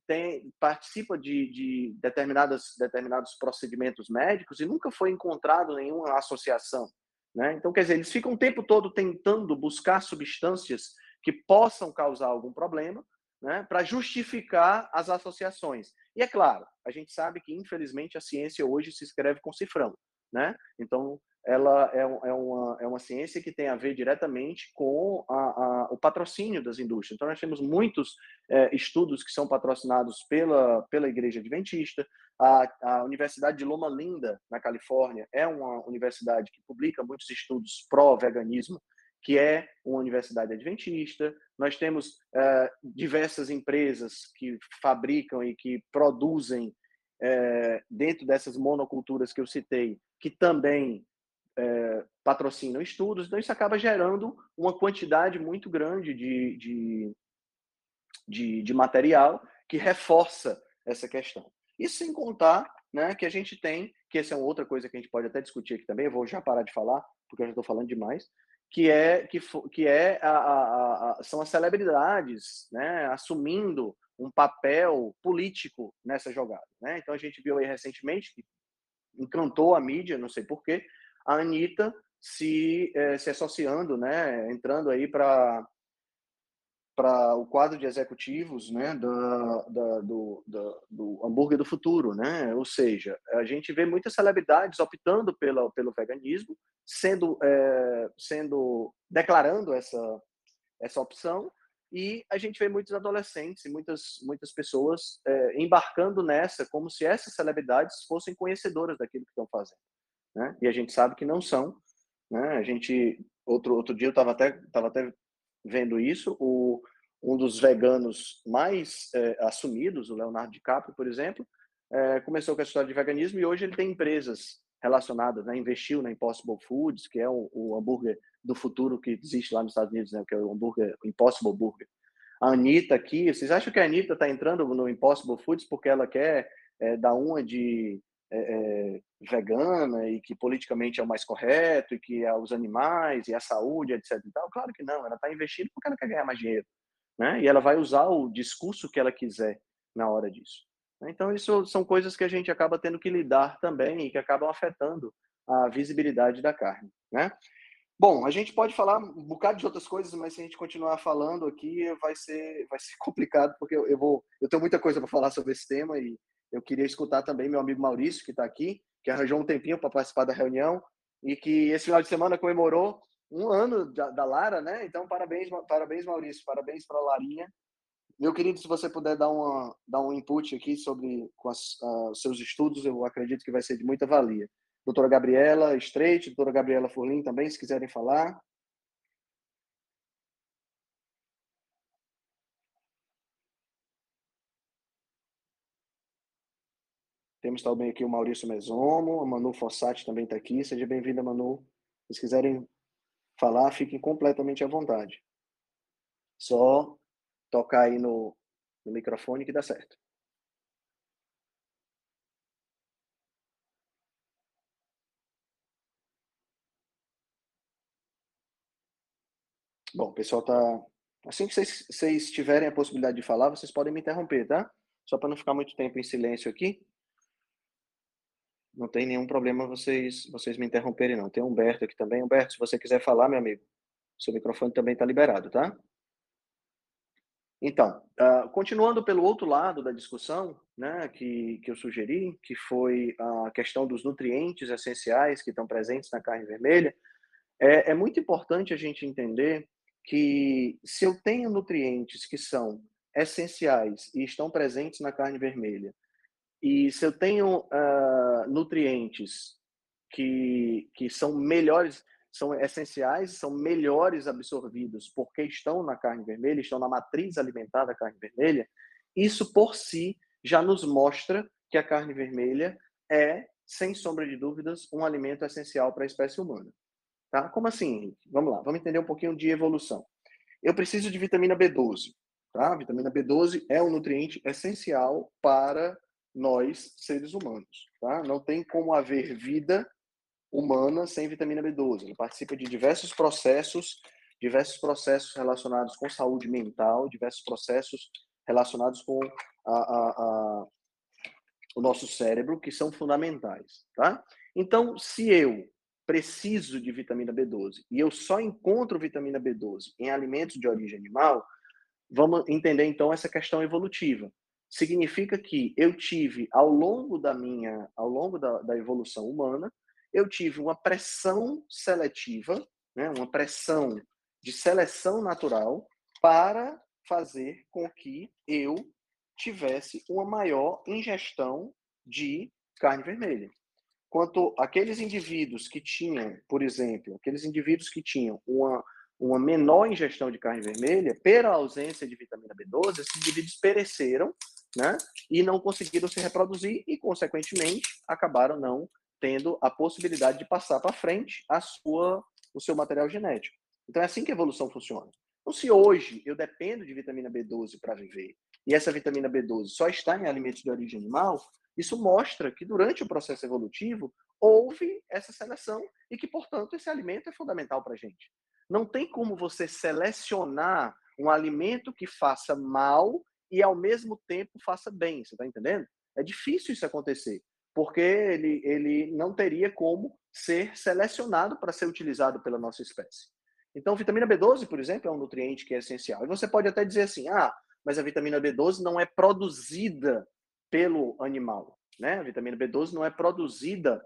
tem, participa de, de determinadas, determinados procedimentos médicos e nunca foi encontrado nenhuma associação, né? Então, quer dizer, eles ficam o tempo todo tentando buscar substâncias que possam causar algum problema, né, para justificar as associações. E é claro, a gente sabe que, infelizmente, a ciência hoje se escreve com cifrão, né? Então, ela é, é, uma, é uma ciência que tem a ver diretamente com a, a, o patrocínio das indústrias. Então, nós temos muitos é, estudos que são patrocinados pela, pela Igreja Adventista. A, a Universidade de Loma Linda, na Califórnia, é uma universidade que publica muitos estudos pró-veganismo, que é uma universidade adventista. Nós temos é, diversas empresas que fabricam e que produzem é, dentro dessas monoculturas que eu citei, que também é, patrocinam estudos. Então, isso acaba gerando uma quantidade muito grande de, de, de, de material que reforça essa questão. Isso sem contar, né, que a gente tem, que essa é uma outra coisa que a gente pode até discutir aqui também, eu vou já parar de falar, porque eu já estou falando demais, que é, que, que é a, a, a, são as celebridades, né, assumindo um papel político nessa jogada, né? Então, a gente viu aí recentemente, que encantou a mídia, não sei porquê, a Anitta se, eh, se associando, né, entrando aí para para o quadro de executivos, né, da, da, do, da, do hambúrguer do futuro, né? Ou seja, a gente vê muitas celebridades optando pela, pelo veganismo, sendo, é, sendo declarando essa, essa opção, e a gente vê muitos adolescentes e muitas, muitas pessoas é, embarcando nessa, como se essas celebridades fossem conhecedoras daquilo que estão fazendo, né? E a gente sabe que não são, né? A gente, outro, outro dia eu estava até, tava até vendo isso, o, um dos veganos mais é, assumidos, o Leonardo DiCaprio, por exemplo, é, começou com a história de veganismo e hoje ele tem empresas relacionadas, né? Investiu na Impossible Foods, que é o, o hambúrguer do futuro que existe lá nos Estados Unidos, né? Que é o hambúrguer, o Impossible Burger. A Anitta aqui, vocês acham que a Anitta está entrando no Impossible Foods porque ela quer é, dar uma de é, é, vegana e que politicamente é o mais correto e que é os animais e a saúde, etc e tal? Claro que não, ela está investindo porque ela quer ganhar mais dinheiro, né? E ela vai usar o discurso que ela quiser na hora disso. Então, isso são coisas que a gente acaba tendo que lidar também e que acabam afetando a visibilidade da carne, né? Bom, a gente pode falar um bocado de outras coisas, mas se a gente continuar falando aqui, vai ser, vai ser complicado, porque eu, eu vou, eu tenho muita coisa para falar sobre esse tema e eu queria escutar também meu amigo Maurício, que está aqui, que arranjou um tempinho para participar da reunião e que esse final de semana comemorou um ano da, da Lara, né? Então, parabéns, parabéns, Maurício, parabéns para a Larinha. Meu querido, se você puder dar, uma, dar um input aqui sobre com as, uh, os seus estudos, eu acredito que vai ser de muita valia. Doutora Gabriela Streit, doutora Gabriela Furlim também, se quiserem falar. Temos também aqui o Maurício Mesomo, a Manu Fossati também está aqui. Seja bem-vinda, Manu. Se vocês quiserem falar, fiquem completamente à vontade. Só tocar aí no, no microfone que dá certo. Bom, o pessoal tá... Assim que vocês, vocês tiverem a possibilidade de falar, vocês podem me interromper, tá? Só para não ficar muito tempo em silêncio aqui. Não tem nenhum problema vocês, vocês me interromperem, não. Tem o Humberto aqui também. Humberto, se você quiser falar, meu amigo, seu microfone também está liberado, tá? Então, uh, continuando pelo outro lado da discussão, né, que, que eu sugeri, que foi a questão dos nutrientes essenciais que estão presentes na carne vermelha, é, é muito importante a gente entender que se eu tenho nutrientes que são essenciais e estão presentes na carne vermelha, e se eu tenho uh, nutrientes que, que são melhores, são essenciais, são melhores absorvidos porque estão na carne vermelha, estão na matriz alimentar da carne vermelha, isso por si já nos mostra que a carne vermelha é, sem sombra de dúvidas, um alimento essencial para a espécie humana. Tá? Como assim, Henrique? Vamos lá, vamos entender um pouquinho de evolução. Eu preciso de vitamina B doze. Tá? A vitamina B doze é um nutriente essencial para nós, seres humanos. Tá? Não tem como haver vida humana sem vitamina B doze. Ela participa de diversos processos, diversos processos relacionados com saúde mental, diversos processos relacionados com a, a, a, o nosso cérebro, que são fundamentais, tá? Então, se eu preciso de vitamina B doze e eu só encontro vitamina B doze em alimentos de origem animal, vamos entender então essa questão evolutiva. Significa que eu tive, ao longo da minha, ao longo da, da evolução humana, eu tive uma pressão seletiva, né, uma pressão de seleção natural para fazer com que eu tivesse uma maior ingestão de carne vermelha. Quanto aqueles indivíduos que tinham, por exemplo, aqueles indivíduos que tinham uma, uma menor ingestão de carne vermelha, pela ausência de vitamina B doze, esses indivíduos pereceram, né, e não conseguiram se reproduzir e, consequentemente, acabaram não tendo a possibilidade de passar para frente a sua, o seu material genético. Então, é assim que a evolução funciona. Então, se hoje eu dependo de vitamina B doze para viver, e essa vitamina B doze só está em alimentos de origem animal, isso mostra que durante o processo evolutivo houve essa seleção e que, portanto, esse alimento é fundamental para a gente. Não tem como você selecionar um alimento que faça mal e, ao mesmo tempo, faça bem. Você está entendendo? É difícil isso acontecer, porque ele, ele não teria como ser selecionado para ser utilizado pela nossa espécie. Então, vitamina B doze, por exemplo, é um nutriente que é essencial. E você pode até dizer assim, ah, mas a vitamina B doze não é produzida pelo animal, né? A vitamina B doze não é produzida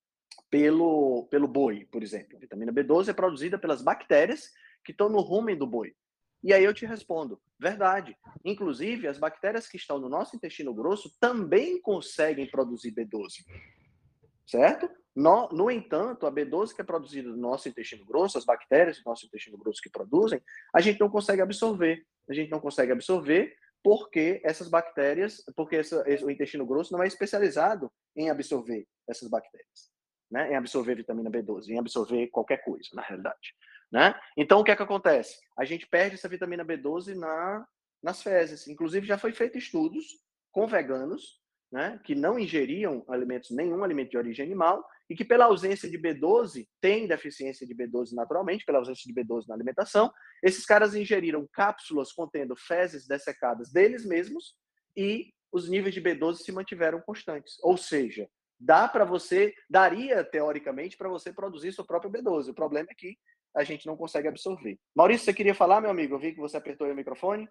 pelo, pelo boi, por exemplo. A vitamina B doze é produzida pelas bactérias que estão no rumen do boi. E aí eu te respondo, verdade. Inclusive, as bactérias que estão no nosso intestino grosso também conseguem produzir B doze, certo? No, no entanto, a B doze que é produzida no nosso intestino grosso, as bactérias do nosso intestino grosso que produzem, a gente não consegue absorver. A gente não consegue absorver porque essas bactérias, porque essa, o intestino grosso não é especializado em absorver essas bactérias, né? Em absorver vitamina B doze, em absorver qualquer coisa, na realidade, né? Então, o que é que acontece? A gente perde essa vitamina B doze na, nas fezes. Inclusive, já foi feito estudos com veganos, né, que não ingeriam alimentos, nenhum alimento de origem animal, e que pela ausência de B doze, tem deficiência de B doze naturalmente, pela ausência de B doze na alimentação, esses caras ingeriram cápsulas contendo fezes dessecadas deles mesmos e os níveis de B doze se mantiveram constantes. Ou seja, dá para você, daria teoricamente para você produzir seu próprio B doze. O problema é que a gente não consegue absorver. Maurício, você queria falar, meu amigo? Eu vi que você apertou aí o microfone.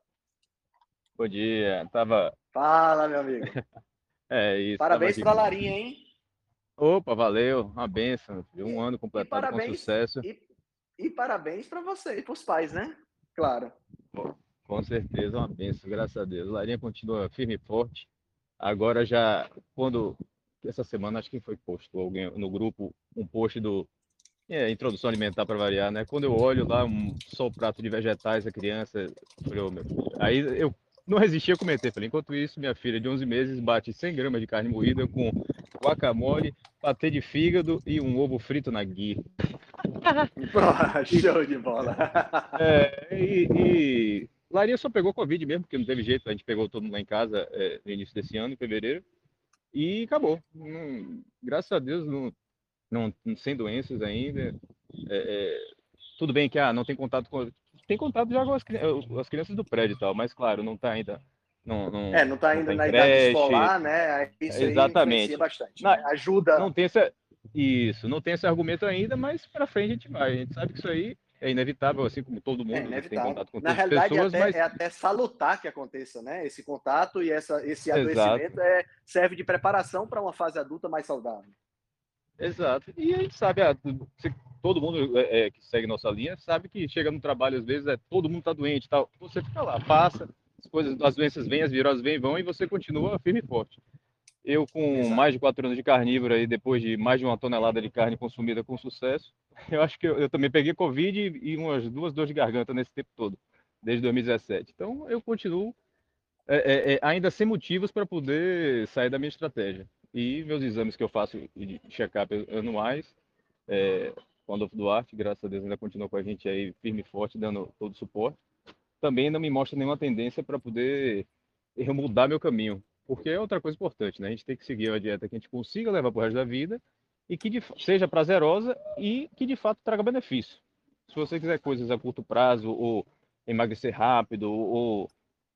Bom dia, tava... Fala, meu amigo. É isso, tava Parabéns aqui. para a Larinha, hein? Opa, valeu, uma benção, um E, ano e completado com parabéns, sucesso. e, e parabéns para você e para os pais, né? Claro. Com certeza, uma benção, graças a Deus. Larinha continua firme e forte. Agora já, quando, essa semana, acho que foi posto alguém no grupo, um post do é, introdução alimentar para variar, né? Quando eu olho lá, um, só o prato de vegetais da criança, eu falei, oh, meu filho. Aí eu não resisti a cometer. Falei, enquanto isso, minha filha de onze meses bate cem gramas de carne moída com guacamole, patê de fígado e um ovo frito na guia. Show de bola. É, e, e Larinha só pegou Covid mesmo, porque não teve jeito. A gente pegou todo mundo lá em casa é, no início desse ano, em fevereiro, e acabou. Não, graças a Deus, não, não, sem doenças ainda. É, é, tudo bem que ah, não tem contato com. Tem contato já com as, as crianças do prédio e tal, mas claro, não está ainda. Não, É, não, não está não ainda tá em na idade creche. escolar, né? Isso aí influencia Exatamente. bastante, Não, né? Ajuda. não tem essa, isso, não tem esse argumento ainda, mas para frente a gente vai. A gente sabe que isso aí é inevitável, assim como todo É mundo tem inevitável. contato com Na todas as realidade, é pessoas, até, mas é até salutar que aconteça, né? Esse contato e essa, esse exato, adoecimento é, serve de preparação para uma fase adulta mais saudável. exato. E a gente sabe, ah, se- todo mundo é, é, que segue nossa linha sabe que chega no trabalho às vezes é todo mundo tá doente, e tal. Você fica lá, passa, as coisas, as doenças vêm, as viroses vêm, e vão e você continua firme e forte. Eu, com Exato. mais de quatro anos de carnívoro e depois de mais de uma tonelada de carne consumida com sucesso, eu acho que eu, eu também peguei Covid e umas duas dores de garganta nesse tempo todo, desde dois mil e dezessete. Então, eu continuo é, é, é, ainda sem motivos para poder sair da minha estratégia. E meus exames que eu faço de check-up anuais, é, com o Adolfo Duarte, graças a Deus, ainda continua com a gente aí firme e forte, dando todo o suporte. Também não me mostra nenhuma tendência para poder eu mudar meu caminho. Porque é outra coisa importante, né? A gente tem que seguir uma dieta que a gente consiga levar para o resto da vida e que de, seja prazerosa e que de fato traga benefício. Se você quiser coisas a curto prazo ou emagrecer rápido ou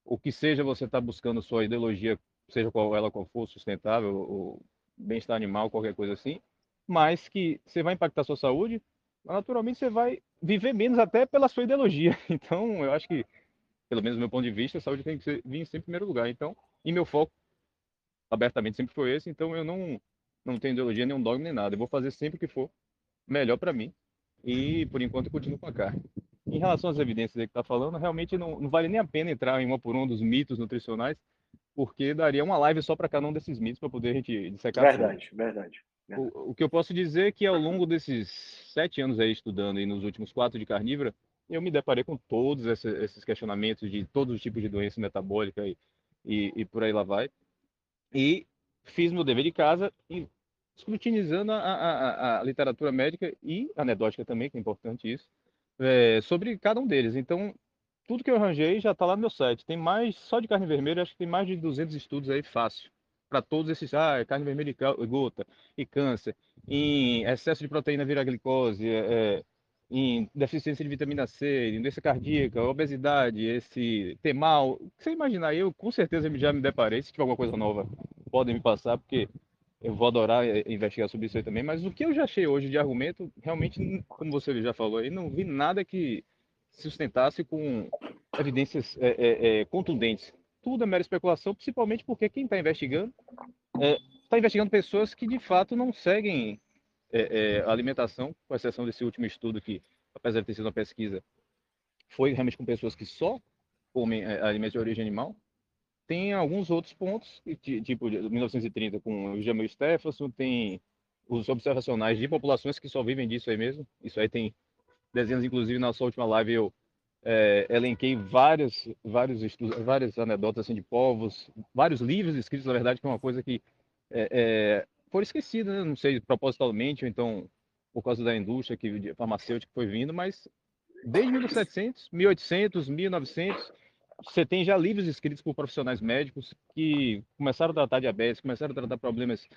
o que seja você está buscando sua ideologia, seja qual ela qual for, sustentável, ou bem-estar animal, qualquer coisa assim, mas que você vai impactar a sua saúde, naturalmente você vai viver menos até pela sua ideologia. Então, eu acho que, pelo menos do meu ponto de vista, a saúde tem que ser, vir sempre em primeiro lugar. Então, e meu foco abertamente sempre foi esse, então eu não, não tenho ideologia, nenhum dogma, nem nada. Eu vou fazer sempre o que for melhor para mim. E, por enquanto, eu continuo com a carne. Em relação às evidências aí que está falando, realmente não, não vale nem a pena entrar em uma por um dos mitos nutricionais, porque daria uma live só para cada um desses mitos para poder a gente dissecar tudo. Verdade, verdade. verdade. O, o que eu posso dizer é que ao longo desses sete anos aí estudando e nos últimos quatro de carnívora, eu me deparei com todos esse- esses questionamentos de todos os tipos de doença metabólica e, e, e por aí lá vai. E fiz meu dever de casa e escrutinizando a, a, a, a literatura médica e anedótica também, que é importante isso, é, sobre cada um deles. Então, tudo que eu arranjei já está lá no meu site. Tem mais, só de carne vermelha, acho que tem mais de duzentos estudos aí fácil. Para todos esses, ah, é carne vermelha e ca- e gota, e câncer, em excesso de proteína vira glicose, é, é, em deficiência de vitamina C, em doença cardíaca, obesidade, esse temal. O que você imaginar, eu com certeza já me deparei. Se tiver alguma coisa nova, podem me passar, porque eu vou adorar eh, investigar sobre isso aí também. Mas o que eu já achei hoje de argumento, realmente, como você já falou aí, não vi nada que sustentasse com evidências é, é, é, contundentes. Tudo é mera especulação, principalmente porque quem está investigando está investigando pessoas que de fato não seguem é, é, a alimentação, com exceção desse último estudo que, apesar de ter sido uma pesquisa, foi realmente com pessoas que só comem é, alimentos de origem animal. Tem alguns outros pontos, tipo de mil novecentos e trinta com o Jamil Stephenson, tem os observacionais de populações que só vivem disso aí mesmo. Isso aí tem dezenas, inclusive na sua última live eu é, elenquei vários, vários estudos, várias anedotas assim, de povos, vários livros escritos, na verdade, que é uma coisa que é, é, foram esquecidas, né? Não sei, propositalmente, ou então por causa da indústria que, de farmacêutica que foi vindo, mas desde mil e setecentos, mil e oitocentos, mil e novecentos, você tem já livros escritos por profissionais médicos que começaram a tratar diabetes, começaram a tratar problemas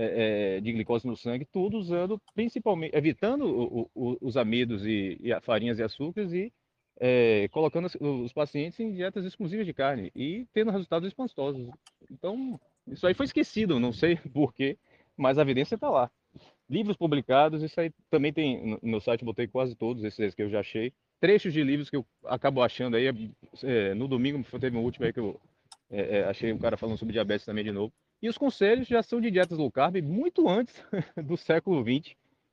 é, é, de glicose no sangue, tudo usando, principalmente, evitando o, o, os amidos e, e a farinhas e açúcares e é, colocando os, os pacientes em dietas exclusivas de carne e tendo resultados espantosos. Então, isso aí foi esquecido, não sei por quê, mas a evidência está lá. Livros publicados, isso aí também tem no meu site, botei quase todos esses que eu já achei. Trechos de livros que eu acabo achando aí. É, no domingo teve um último aí que eu é, é, achei um cara falando sobre diabetes também de novo. E os conselhos já são de dietas low carb muito antes do século vinte.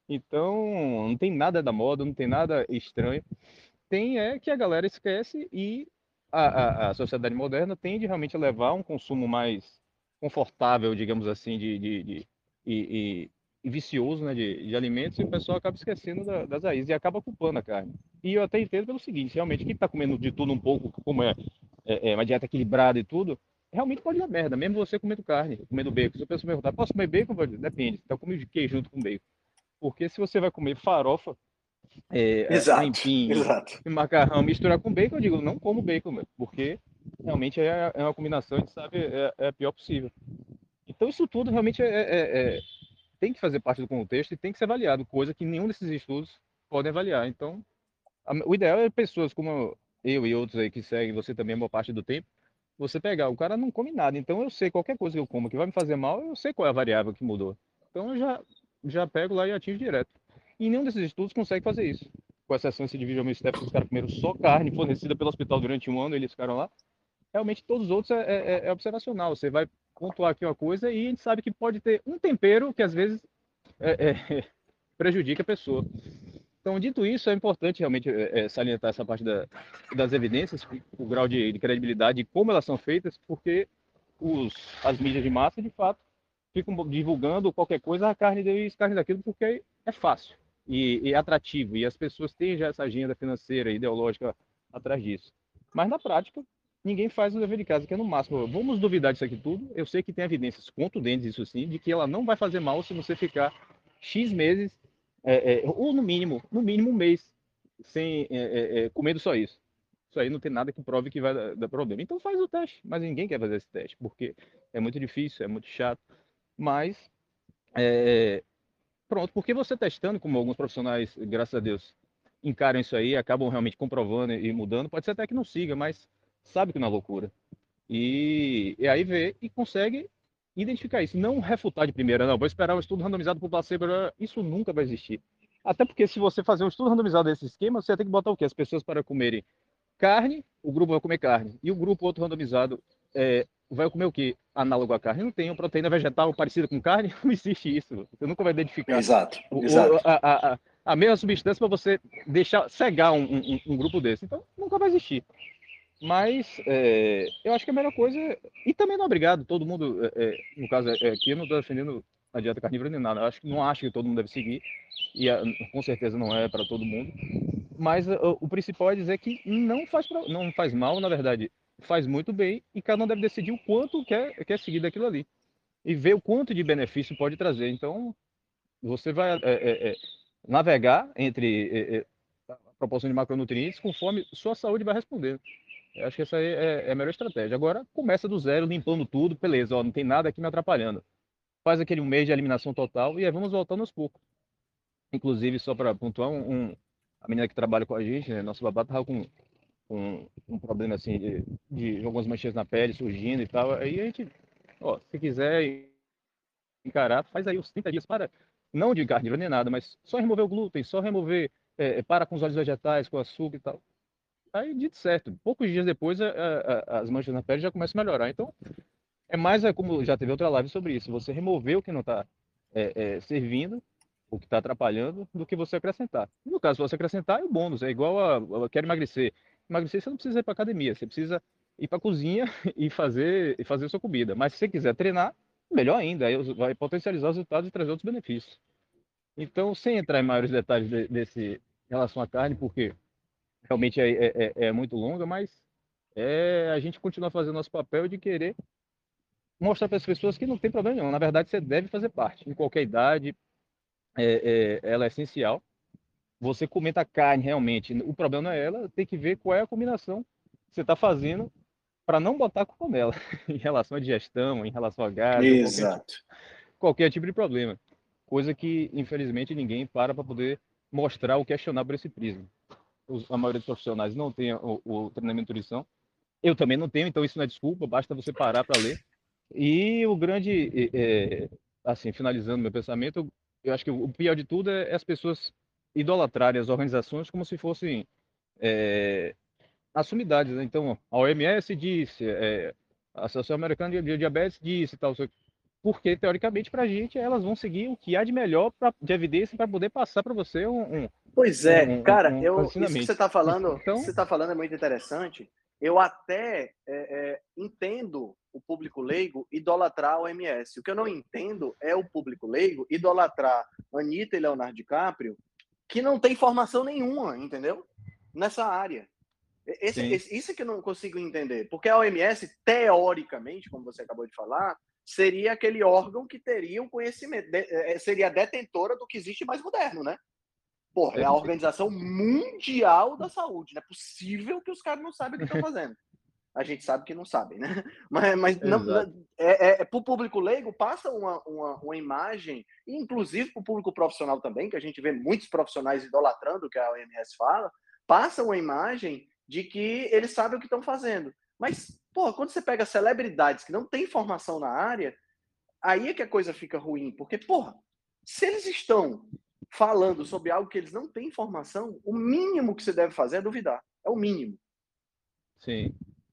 Então, não tem nada da moda, não tem nada estranho. Tem é que a galera esquece e a, a, a sociedade moderna tende realmente a levar um consumo mais confortável, digamos assim, de, de, de e, e- e vicioso, né, de, de alimentos, e o pessoal acaba esquecendo da- das raízes e acaba culpando a carne. E eu até entendo pelo seguinte, realmente, quem está comendo de tudo um pouco, como é, é, é uma dieta equilibrada e tudo, realmente pode dar merda, mesmo você comendo carne, comendo bacon. Se a pessoa perguntar, posso comer bacon? Pode, depende, você tá comendo de queijo junto com bacon. Porque se você vai comer farofa, é, Exato, aipim exato. e macarrão misturar com bacon, eu digo, não como bacon, meu, porque realmente é, é uma combinação, a gente sabe, é, é a pior possível. Então isso tudo realmente é, é- é- tem que fazer parte do contexto e tem que ser avaliado, coisa que nenhum desses estudos podem avaliar. Então, a- o ideal é pessoas como eu e outros aí que seguem você também a maior parte do tempo, você pegar, o cara não come nada, então eu sei qualquer coisa que eu como que vai me fazer mal, eu sei qual é a variável que mudou. Então eu já, já pego lá e atingo direto. E nenhum desses estudos consegue fazer isso. Com exceção desse de Visual Steps, os caras comeram só carne fornecida pelo hospital durante um ano, eles ficaram lá. Realmente todos os outros é, é, é é observacional. Você vai pontuar aqui uma coisa e a gente sabe que pode ter um tempero que às vezes é, é, prejudica a pessoa. Então, dito isso, é importante realmente é, é, salientar essa parte da, das evidências, o grau de, de credibilidade e como elas são feitas, porque os, as mídias de massa, de fato, ficam divulgando qualquer coisa, a carne disso, carne daquilo, porque é fácil e, e atrativo, e as pessoas têm já essa agenda financeira, ideológica atrás disso. Mas na prática, ninguém faz o dever de casa, que é no máximo, vamos duvidar disso aqui tudo. Eu sei que tem evidências contundentes, isso sim, de que ela não vai fazer mal se você ficar X meses, é, é, ou no mínimo, no mínimo um mês, sem é, é, é, comendo só isso. Isso aí não tem nada que prove que vai dar, dar problema. Então faz o teste, mas ninguém quer fazer esse teste, porque é muito difícil, é muito chato. Mas, é, pronto, porque você testando, como alguns profissionais, graças a Deus, encaram isso aí, acabam realmente comprovando e mudando, pode ser até que não siga, mas sabe que não é loucura. E, e aí vê e consegue identificar isso. Não refutar de primeira, não. Vou esperar um estudo randomizado por placebo. Isso nunca vai existir. Até porque se você fazer um estudo randomizado desse esquema, você vai ter que botar o quê? As pessoas para comerem carne, o grupo vai comer carne. E o grupo outro randomizado é, vai comer o quê? Análogo à carne. Não tem uma proteína vegetal parecida com carne. Não existe isso. Você nunca vai identificar Exato, o, o, exato. a, a, a mesma substância para você deixar cegar um, um, um grupo desse. Então, nunca vai existir. Mas é, eu acho que a melhor coisa. é- E também não é obrigado, todo mundo. É, é, no caso, é, aqui eu não estou defendendo a dieta carnívora nem nada. Eu acho que não acho que todo mundo deve seguir. E a- com certeza não é para todo mundo. Mas a- o, o principal é dizer que não faz, pra- não faz mal, na verdade, faz muito bem. E cada um deve decidir o quanto quer, quer seguir daquilo ali. E ver o quanto de benefício pode trazer. Então, você vai é, é, é, navegar entre é, é, a proporção de macronutrientes conforme sua saúde vai responder. Eu acho que essa aí é, é a melhor estratégia. Agora, começa do zero, limpando tudo, beleza, ó, não tem nada aqui me atrapalhando. Faz aquele um mês de eliminação total e aí vamos voltando aos poucos. Inclusive, só para pontuar, um, um- a menina que trabalha com a gente, né, nosso babá tava com, com um problema assim de, de algumas manchinhas na pele surgindo e tal. Aí a gente, ó, se quiser encarar, faz aí os trinta dias para, não de carnívoro nem nada, mas só remover o glúten, só remover, é, para com os óleos vegetais, com açúcar e tal. Aí, dito certo, poucos dias depois, a- a- a- as manchas na pele já começam a melhorar. Então, é mais é como já teve outra live sobre isso, você remover o que não está servindo, o que está atrapalhando, do que você acrescentar. No caso, você acrescentar, é o bônus, é igual a, a quero emagrecer. Emagrecer, você não precisa ir para academia, você precisa ir para a cozinha e fazer, e fazer a sua comida. Mas se você quiser treinar, melhor ainda, aí vai potencializar os resultados e trazer outros benefícios. Então, sem entrar em maiores detalhes de- desse em relação à carne, porque realmente é, é, é é muito longa, mas é a gente continua fazendo nosso papel de querer mostrar para as pessoas que não tem problema nenhum. Na verdade, você deve fazer parte. Em qualquer idade, é, é, ela é essencial. Você comenta carne realmente. O problema não é ela, tem que ver qual é a combinação que você está fazendo para não botar a culpa nela em relação à digestão, em relação a gases ou qualquer tipo, Exato. qualquer tipo de problema. Coisa que, infelizmente, ninguém para para poder mostrar ou questionar por esse prisma. Os- a maioria dos profissionais não tem o, o treinamento de nutrição. Eu também não tenho, então isso não é desculpa, basta você parar para ler. E o grande, é, é, assim, finalizando meu pensamento, eu acho que o pior de tudo é as pessoas idolatrarem as organizações como se fossem é, as sumidades, né? Então, a O M S disse, é, a Associação Americana de Diabetes disse e tal, porque, teoricamente, para a gente, elas vão seguir o que há de melhor pra, de evidência para poder passar para você um, um, Pois um, é, um, cara, um um eu, isso que você ensinamento. está falando, isso que você Então, está falando é muito interessante. Eu até é, é, entendo o público leigo idolatrar o O M S. O que eu não entendo é o público leigo idolatrar Anitta e Leonardo DiCaprio, que não tem formação nenhuma, entendeu? Nessa área. Esse, sim, esse, isso é que eu não consigo entender. Porque a O M S, teoricamente, como você acabou de falar, seria aquele órgão que teria o conhecimento, de, é, seria detentora do que existe mais moderno, né? Porra, é a perfeito. Organização Mundial da Saúde. Não é possível que os caras não saibam o que estão fazendo. A gente sabe que não sabem, né? Mas, mas não, não, Exato. é, é, é para o público leigo, passa uma, uma, uma imagem, inclusive para o público profissional também, que a gente vê muitos profissionais idolatrando o que a O M S fala, passa uma imagem de que eles sabem o que estão fazendo. Mas, porra, quando você pega celebridades que não têm formação na área, aí é que a coisa fica ruim, porque, porra, se eles estão falando sobre algo que eles não têm informação, o mínimo que você deve fazer é duvidar. É o mínimo. Sim.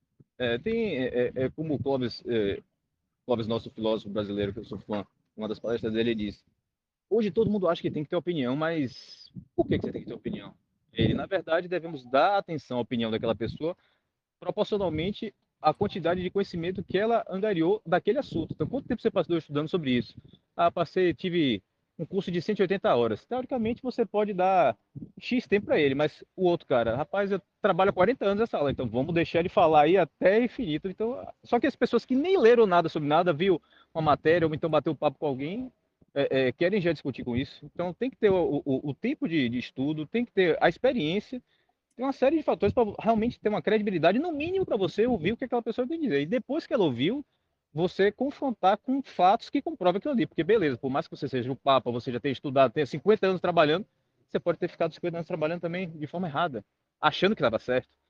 É, tem, é, é é como o Clóvis, é, Clóvis, nosso filósofo brasileiro, que eu sou fã, uma das palestras dele, ele diz: hoje todo mundo acha que tem que ter opinião, mas por que que você tem que ter opinião? Ele, na verdade, devemos dar atenção à opinião daquela pessoa proporcionalmente à quantidade de conhecimento que ela angariou daquele assunto. Então, quanto tempo você passou estudando sobre isso? Ah, passei, tive um curso de cento e oitenta horas. Teoricamente, você pode dar X tempo para ele, mas o outro cara, rapaz, eu trabalho há quarenta anos nessa aula, então vamos deixar ele falar aí até infinito. Então, só que as pessoas que nem leram nada sobre nada, viu uma matéria ou então bateu papo com alguém, é, é, querem já discutir com isso. Então, tem que ter o, o, o tempo de, de estudo, tem que ter a experiência, tem uma série de fatores para realmente ter uma credibilidade, no mínimo para você ouvir o que aquela pessoa tem a dizer. E depois que ela ouviu, você confrontar com fatos que comprovam aquilo ali. Porque, beleza, por mais que você seja o Papa, você já tenha estudado, tenha cinquenta anos trabalhando, você pode ter ficado cinquenta anos trabalhando também de forma errada, achando que estava certo.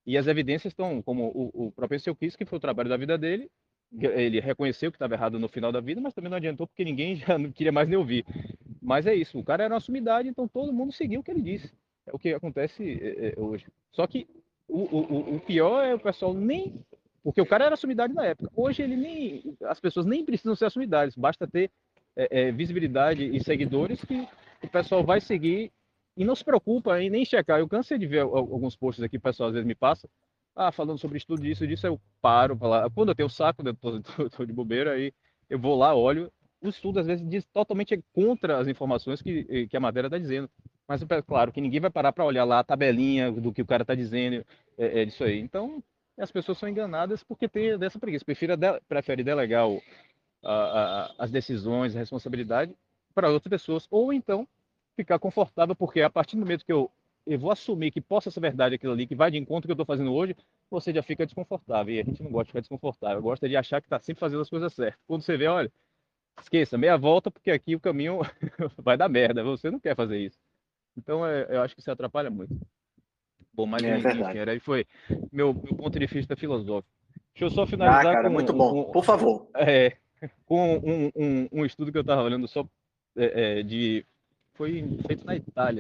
E as evidências estão, como o, o próprio Seu Kiss, que foi o trabalho da vida dele, ele reconheceu que estava errado no final da vida, mas também não adiantou porque ninguém já não queria mais nem ouvir. Mas é isso, o cara era uma sumidade, então todo mundo seguiu o que ele disse. É o que acontece é, é, hoje. Só que o, o, o pior é o pessoal nem... Porque o cara era sumidade na época. Hoje ele nem... As pessoas nem precisam ser sumidades, basta ter é, é, visibilidade e seguidores que o pessoal vai seguir e não se preocupa em nem checar. Eu cansei de ver alguns posts aqui, o pessoal às vezes me passa, ah, falando sobre estudo disso, disso, eu paro para lá. Quando eu tenho saco, eu tô, tô, tô de bobeira, aí eu vou lá, olho. O estudo às vezes diz totalmente contra as informações que, que a matéria está dizendo. Mas é claro que ninguém vai parar para olhar lá a tabelinha do que o cara está dizendo, é, é disso aí. Então, as pessoas são enganadas porque tem dessa preguiça. Prefere, de, prefere delegar o, a, a, as decisões, a responsabilidade para outras pessoas. Ou então ficar confortável, porque a partir do momento que eu, eu vou assumir que possa ser verdade aquilo ali, que vai de encontro que eu estou fazendo hoje, você já fica desconfortável. E a gente não gosta de ficar desconfortável, gosta de achar que está sempre fazendo as coisas certas. Quando você vê, olha, esqueça, meia volta, porque aqui o caminho vai dar merda. Você não quer fazer isso. Então, é, eu acho que isso atrapalha muito. Bom, mas É enfim, verdade. era aí foi meu, meu ponto de vista filosófico. Deixa eu só Ah, finalizar cara, com muito um, bom. um, Por favor. é, com um, um, um estudo que eu estava olhando só é, é, de foi feito na Itália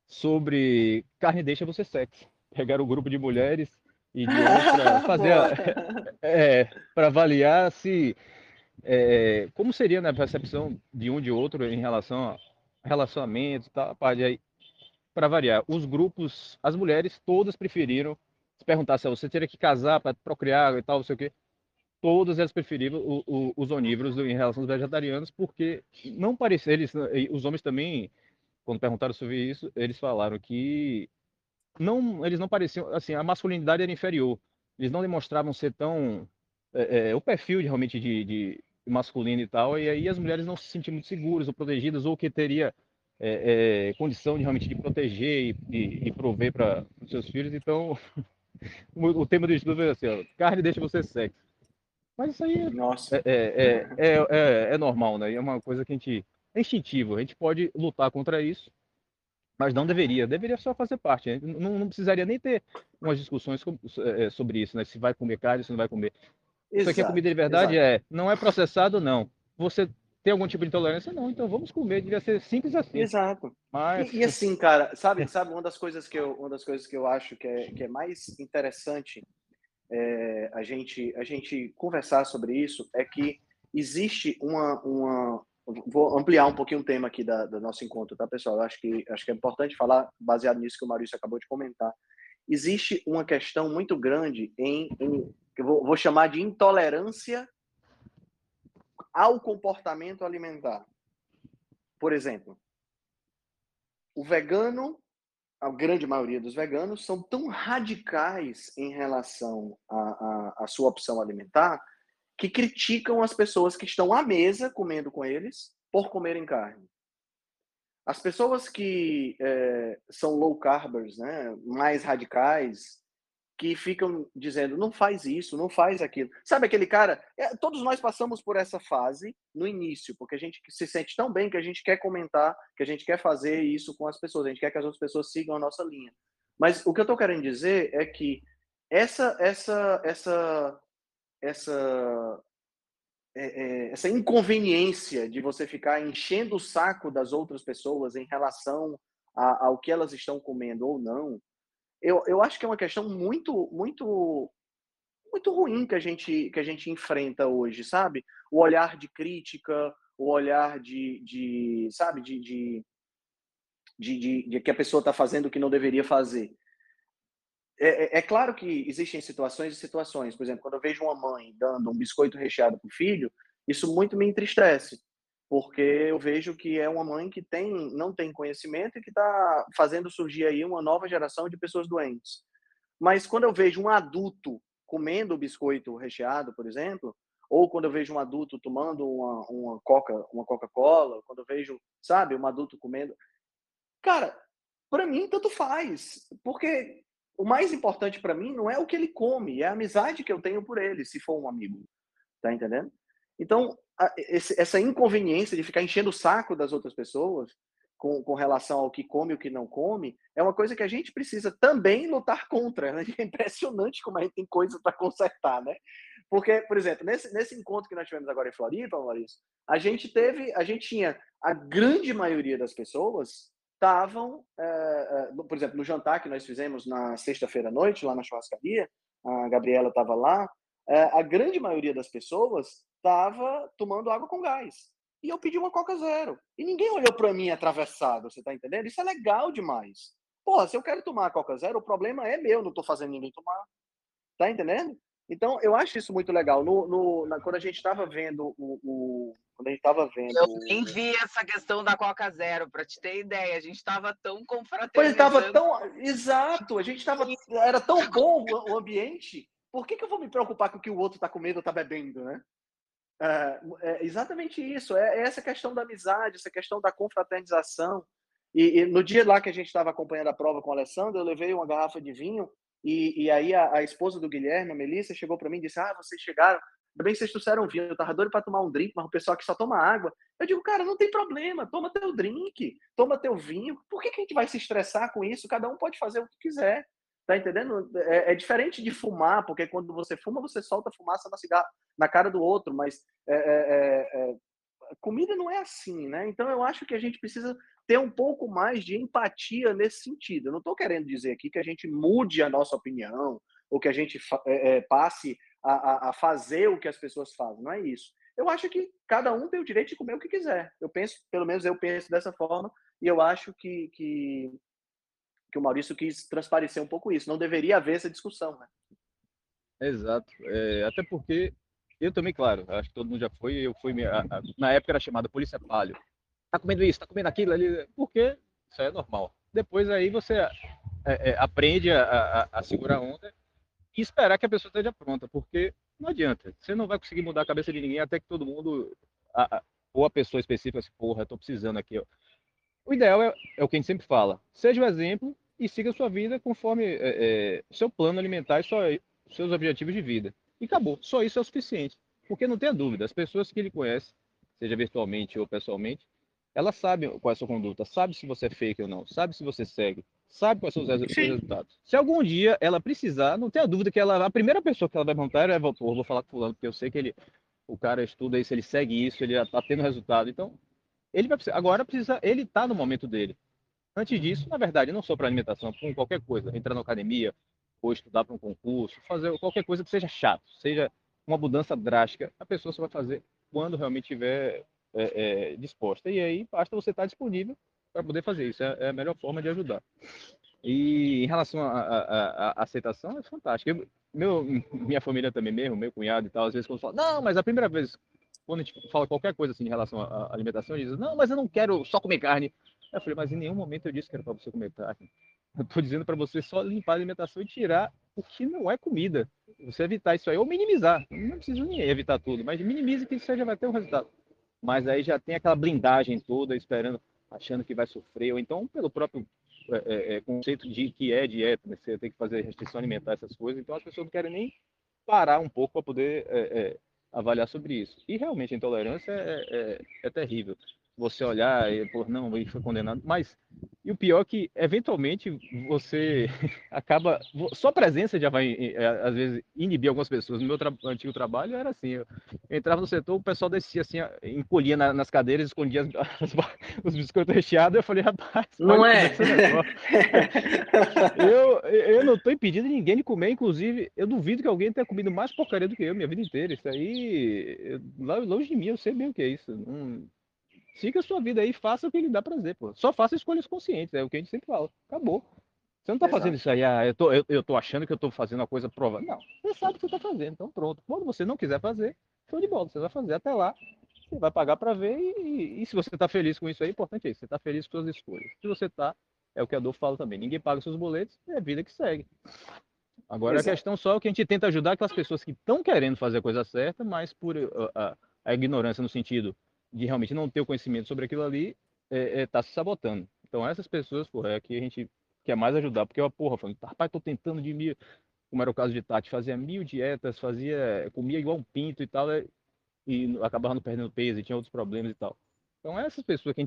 sobre carne deixa você sexy. Pegaram um grupo de mulheres e de homens para fazer Boa. é, para avaliar se é, como seria na percepção de um de outro em relação a relacionamentos e tal. Para variar, os grupos, as mulheres todas preferiram se perguntar se você teria que casar para procriar e tal, não sei o quê. Todas elas preferiram o, o, os onívoros em relação aos vegetarianos, porque não parecia, eles, os homens também, quando perguntaram sobre isso, eles falaram que não, eles não pareciam, assim, a masculinidade era inferior. Eles não demonstravam ser tão, é, é, o perfil de, realmente de, de masculino e tal, e aí as mulheres não se sentiam muito seguras ou protegidas, ou que teria é, é, condição de realmente de proteger e, e, e prover para os seus filhos. Então, o, o tema do estudo é assim, ó, carne deixa você sexy. Mas isso aí Nossa. é, é, é, é, é, é normal, né? É uma coisa que a gente, é instintivo, a gente pode lutar contra isso, mas não deveria. Deveria só fazer parte. Né? Não, não precisaria nem ter umas discussões com- é, sobre isso, né? Se vai comer carne, se não vai comer. Isso aqui é comida Exato, de verdade? exato. É. Não é processado? Não. Você tem algum tipo de intolerância? Não. Então vamos comer. Devia ser simples assim. Exato. Mas, E, e assim, cara, sabe, sabe uma das coisas que eu, uma das coisas que eu acho que é, que é mais interessante é, a gente a gente conversar sobre isso é que existe uma uma vou ampliar um pouquinho o tema aqui da, do nosso encontro, tá, pessoal? Eu acho que acho que é importante falar baseado nisso que o Maurício acabou de comentar. Existe uma questão muito grande em, em que eu vou, vou chamar de intolerância ao comportamento alimentar. Por exemplo, o vegano, a grande maioria dos veganos são tão radicais em relação à, à, à sua opção alimentar que criticam as pessoas que estão à mesa comendo com eles por comerem carne. As pessoas que é, são low carbers, né, mais radicais, que ficam dizendo não faz isso, não faz aquilo. Sabe aquele cara? É, todos nós passamos por essa fase no início, porque a gente se sente tão bem que a gente quer comentar, que a gente quer fazer isso com as pessoas, a gente quer que as outras pessoas sigam a nossa linha. Mas o que eu estou querendo dizer é que essa essa essa essa é, é, essa inconveniência de você ficar enchendo o saco das outras pessoas em relação a, ao que elas estão comendo ou não, eu, eu acho que é uma questão muito, muito, muito ruim que a gente que a gente enfrenta hoje, sabe? O olhar de crítica, o olhar de, de sabe, de, de, de, de, de que a pessoa está fazendo o que não deveria fazer. É, é, é claro que existem situações e situações. Por exemplo, quando eu vejo uma mãe dando um biscoito recheado para o filho, isso muito me entristece, porque eu vejo que é uma mãe que tem, não tem conhecimento e que está fazendo surgir aí uma nova geração de pessoas doentes. Mas quando eu vejo um adulto comendo o biscoito recheado, por exemplo, ou quando eu vejo um adulto tomando uma, uma Coca, uma Coca-Cola, quando eu vejo, sabe, um adulto comendo, cara, para mim tanto faz, porque o mais importante para mim não é o que ele come, é a amizade que eu tenho por ele, se for um amigo, tá entendendo? Então, a, esse, essa inconveniência de ficar enchendo o saco das outras pessoas, com, com relação ao que come e o que não come, é uma coisa que a gente precisa também lutar contra, né? É impressionante como a gente tem coisa para consertar, né? Porque, por exemplo, nesse, nesse encontro que nós tivemos agora em Floripa, Maurício, a gente teve, a gente tinha, a grande maioria das pessoas estavam, é, é, por exemplo, no jantar que nós fizemos na sexta-feira à noite, lá na churrascaria, a Gabriela estava lá, é, a grande maioria das pessoas estava tomando água com gás. E eu pedi uma Coca Zero. E ninguém olhou para mim atravessado, você está entendendo? Isso é legal demais. Porra, se eu quero tomar a Coca Zero, o problema é meu, não estou fazendo ninguém tomar. Tá entendendo? Então, eu acho isso muito legal. No, no, na, quando a gente estava vendo o, o. Quando a gente estava vendo. Eu nem vi essa questão da Coca Zero, para te ter ideia. A gente estava tão Pois estava confraternizando. tão. Exato, a gente estava. Era tão bom o, o ambiente. Por que, que eu vou me preocupar com o que o outro está comendo ou está bebendo, né? É, é exatamente isso. É, é essa questão da amizade, essa questão da confraternização. E, e no dia lá que a gente estava acompanhando a prova com o Alessandro, eu levei uma garrafa de vinho. E, e aí a, a esposa do Guilherme, a Melissa, chegou para mim e disse: Ah, vocês chegaram, ainda bem que vocês trouxeram vinho, eu tava doido para tomar um drink, mas o pessoal aqui só toma água. Eu digo, cara, não tem problema, toma teu drink, toma teu vinho. Por que, que a gente vai se estressar com isso? Cada um pode fazer o que quiser. Tá entendendo? É, é diferente de fumar, porque quando você fuma, você solta fumaça na, cigarra, na cara do outro, mas é, é, é, comida não é assim, né? Então eu acho que a gente precisa ter um pouco mais de empatia nesse sentido. Eu não estou querendo dizer aqui que a gente mude a nossa opinião ou que a gente é, passe a, a, fazer o que as pessoas fazem. Não é isso. Eu acho que cada um tem o direito de comer o que quiser. Eu penso, pelo menos eu penso dessa forma, e eu acho que, que, que o Maurício quis transparecer um pouco isso. Não deveria haver essa discussão, né? Exato. É, até porque eu também, claro, acho que todo mundo já foi, eu fui, a, a, na época era chamada Polícia Palio. Tá comendo isso, tá comendo aquilo ali, porque isso é normal. Depois aí você é, é, aprende a, a, a segurar a onda e esperar que a pessoa esteja pronta, porque não adianta. Você não vai conseguir mudar a cabeça de ninguém até que todo mundo, a, a, ou a pessoa específica, assim, porra, eu tô precisando aqui. Ó. O ideal é, é o que a gente sempre fala, seja o exemplo e siga a sua vida conforme é, é, seu plano alimentar e sua, seus objetivos de vida. E acabou. Só isso é o suficiente. Porque não tenha dúvida, as pessoas que ele conhece, seja virtualmente ou pessoalmente, elas sabem qual é a sua conduta, sabe se você é fake ou não, sabe se você segue, sabe quais são os seus resultados. Se algum dia ela precisar, não tenha dúvida que ela, a primeira pessoa que ela vai montar é, pô, vou falar com fulano, porque eu sei que ele, o cara estuda isso, ele segue isso, ele já está tendo resultado. Então, ele vai precisar, agora precisa, ele está no momento dele. Antes disso, na verdade, não só para alimentação, com qualquer coisa, entrar na academia, ou estudar para um concurso, fazer qualquer coisa que seja chato, seja uma mudança drástica, a pessoa só vai fazer quando realmente estiver é, é, disposta. E aí basta você estar disponível para poder fazer isso. É, é a melhor forma de ajudar. E em relação à aceitação, é fantástico. Eu, meu, minha família também mesmo, meu cunhado e tal, às vezes quando fala, não, mas a primeira vez, quando a gente fala qualquer coisa assim em relação à alimentação, eles dizem, não, mas eu não quero só comer carne. Eu falei, mas em nenhum momento eu disse que era para você comer carne. Eu estou dizendo para você só limpar a alimentação e tirar o que não é comida. Você evitar isso aí, ou minimizar. Não precisa nem evitar tudo, mas minimize que isso já vai ter um resultado. Mas aí já tem aquela blindagem toda, esperando, achando que vai sofrer, ou então pelo próprio é, é, conceito de que é dieta, né? Você tem que fazer restrição alimentar, essas coisas, então as pessoas não querem nem parar um pouco para poder é, é, avaliar sobre isso. E realmente a intolerância é, é, é terrível. Você olhar e, pô, não, ele foi condenado, mas e o pior é que, eventualmente, você acaba. Só a presença já vai, às vezes, inibir algumas pessoas. No meu tra antigo trabalho era assim: eu entrava no setor, o pessoal descia assim, encolhia na, nas cadeiras, escondia as, as, os biscoitos recheados. Eu falei, rapaz, não é? Esse negócio. eu, eu não estou impedindo ninguém de comer, inclusive, eu duvido que alguém tenha comido mais porcaria do que eu minha vida inteira. Isso aí, longe de mim, eu sei bem o que é isso. Não. Siga a sua vida aí, faça o que lhe dá prazer, pô. Só faça escolhas conscientes, é o que a gente sempre fala. Acabou. Você não tá Exato. fazendo isso aí, ah, eu tô, eu, eu tô achando que eu tô fazendo uma coisa prova. Não, você sabe o que você tá fazendo, então pronto. Quando você não quiser fazer, show de bola, você vai fazer até lá, você vai pagar para ver e, e, e se você tá feliz com isso aí, importante é isso, você tá feliz com suas escolhas. Se você tá, é o que a Adolfo fala também, ninguém paga seus boletos, é a vida que segue. Agora Exato. a questão só é que a gente tenta ajudar aquelas pessoas que estão querendo fazer a coisa certa, mas por a, a, a ignorância no sentido de realmente não ter o conhecimento sobre aquilo ali, é, é, tá se sabotando. Então essas pessoas, porra, é que a gente quer mais ajudar, porque eu, porra, falando, rapaz, tô tentando de mil, como era o caso de Tati, fazia mil dietas, fazia, comia igual um pinto e tal, né, e acabava não perdendo peso e tinha outros problemas e tal. Então essas pessoas que a gente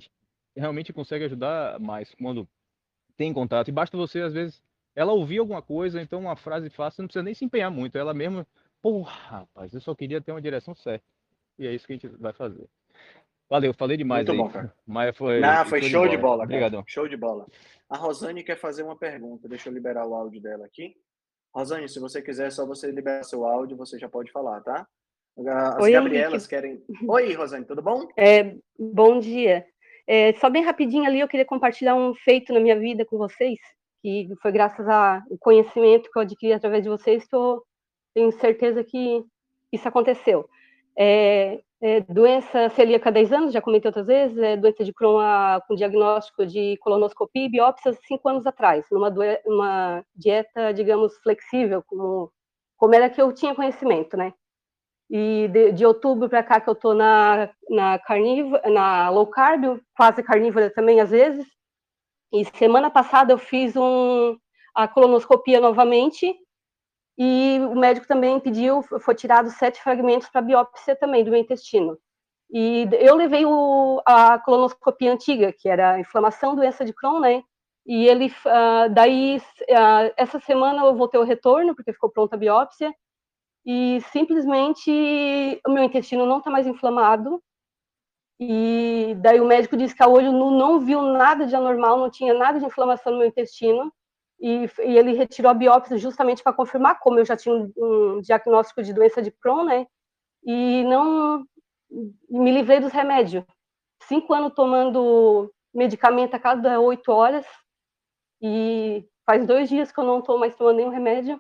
realmente consegue ajudar mais quando tem contato. E basta você, às vezes, ela ouvir alguma coisa, então uma frase fácil, você não precisa nem se empenhar muito. Ela mesma, porra, rapaz, eu só queria ter uma direção certa. E é isso que a gente vai fazer. Valeu, falei demais Muito aí. bom, cara. Mas foi Não, foi show de show de bola. bola, cara. Obrigadão. Show de bola. A Rosane quer fazer uma pergunta. Deixa eu liberar o áudio dela aqui. Rosane, se você quiser, é só você liberar seu áudio, você já pode falar, tá? As Oi, Gabrielas Henrique. querem. Oi, Rosane, tudo bom? É, bom dia. É, só bem rapidinho ali, eu queria compartilhar um feito na minha vida com vocês, que foi graças ao conhecimento que eu adquiri através de vocês que eu tenho certeza que isso aconteceu. É, é, doença celíaca há dez anos, já comentei outras vezes, é, doença de Crohn a, com diagnóstico de colonoscopia e biópsias cinco anos atrás, numa uma dieta, digamos, flexível, como, como era que eu tinha conhecimento, né? E de, de outubro para cá que eu tô na, na carnívora, na low carb, quase carnívora também às vezes. E semana passada eu fiz um, a colonoscopia novamente e o médico também pediu, foi tirado sete fragmentos para biópsia também do meu intestino. E eu levei o, a colonoscopia antiga, que era inflamação, doença de Crohn, né? E ele, uh, daí, uh, essa semana eu vou ter o retorno, porque ficou pronta a biópsia, e simplesmente o meu intestino não está mais inflamado. E daí o médico disse que a olho nu não viu nada de anormal, não tinha nada de inflamação no meu intestino. E, e ele retirou a biópsia justamente para confirmar, como eu já tinha um, um diagnóstico de doença de Crohn, né? E não me livrei dos remédios. Cinco anos tomando medicamento a cada oito horas. E faz dois dias que eu não estou mais tomando nenhum remédio.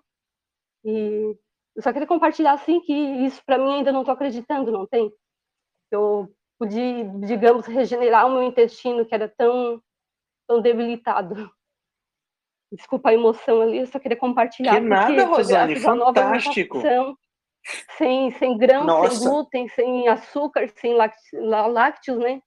E eu só queria compartilhar, assim, que isso para mim ainda não estou acreditando, não tem? Eu pude, digamos, regenerar o meu intestino, que era tão, tão debilitado. Desculpa a emoção ali, eu só queria Que compartilhar, nada, porque foi Rosane, graças à nova fantástico. alimentação, sem, sem grãos, sem Nossa, glúten, sem açúcar, sem lácteos, né?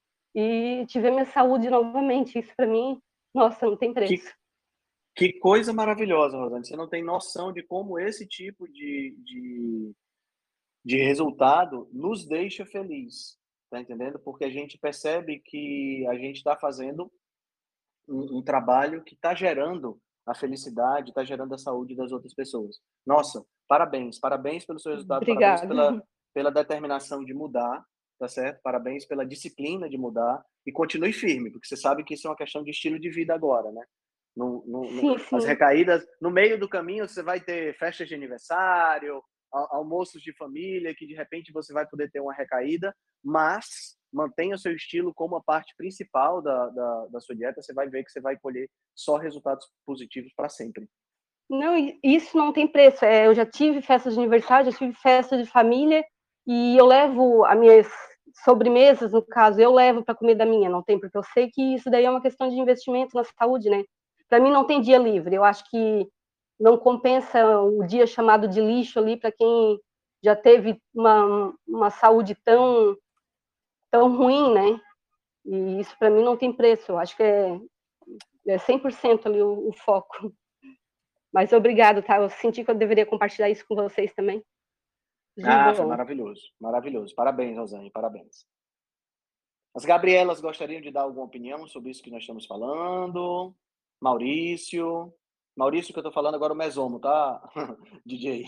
E tive a minha saúde novamente. Isso para mim, nossa, não tem que, preço. que coisa maravilhosa, Rosane. Você não tem noção de como esse tipo de, de, de resultado nos deixa feliz, tá entendendo? Porque a gente percebe que a gente está fazendo um, um trabalho que está gerando a felicidade, está gerando a saúde das outras pessoas. Nossa, parabéns, parabéns pelo seu resultado, parabéns Obrigada. pela, pela determinação de mudar, tá certo? Parabéns pela disciplina de mudar e continue firme, porque você sabe que isso é uma questão de estilo de vida agora, né? No, no, no, Sim, as sim. recaídas, no meio do caminho você vai ter festas de aniversário, almoços de família, que de repente você vai poder ter uma recaída, mas mantenha o seu estilo como a parte principal da, da, da sua dieta, você vai ver que você vai colher só resultados positivos para sempre. Não, isso não tem preço. É, eu já tive festas de aniversário, já tive festas de família, e eu levo as minhas sobremesas, no caso, eu levo para comer da minha, não tem, porque eu sei que isso daí é uma questão de investimento na saúde, né? Para mim não tem dia livre. Eu acho que não compensa o dia chamado de lixo ali para quem já teve uma, uma saúde tão, tão ruim, né? E isso para mim não tem preço. Eu acho que é, é cem por cento ali o, o foco. Mas obrigado, tá? Eu senti que eu deveria compartilhar isso com vocês também. De Ah, foi bom. maravilhoso, maravilhoso. Parabéns, Rosane, parabéns. As Gabrielas gostariam de dar alguma opinião sobre isso que nós estamos falando? Maurício. Maurício, que eu estou falando agora o Mesomo, tá, D J?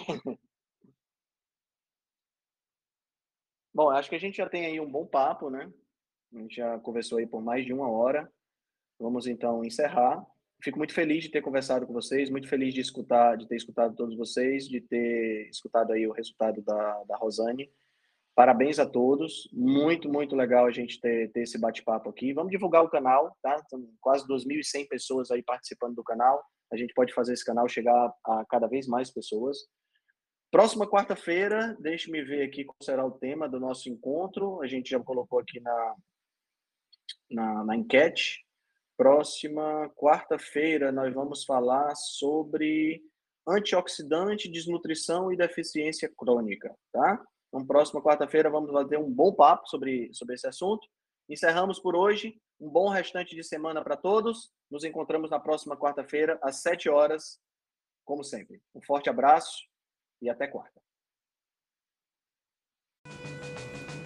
Bom, acho que a gente já tem aí um bom papo, né? A gente já conversou aí por mais de uma hora. Vamos então encerrar. Fico muito feliz de ter conversado com vocês, muito feliz de escutar, de ter escutado todos vocês, de ter escutado aí o resultado da, da Rosane. Parabéns a todos. Muito, muito legal a gente ter, ter esse bate-papo aqui. Vamos divulgar o canal, tá? São quase duas mil e cem pessoas aí participando do canal. A gente pode fazer esse canal chegar a cada vez mais pessoas. Próxima quarta-feira, deixe-me ver aqui qual será o tema do nosso encontro. A gente já colocou aqui na, na, na enquete. Próxima quarta-feira, nós vamos falar sobre antioxidante, desnutrição e deficiência crônica, tá? Então, próxima quarta-feira, vamos ter um bom papo sobre, sobre esse assunto. Encerramos por hoje. Um bom restante de semana para todos. Nos encontramos na próxima quarta-feira, às sete horas, como sempre. Um forte abraço e até quarta.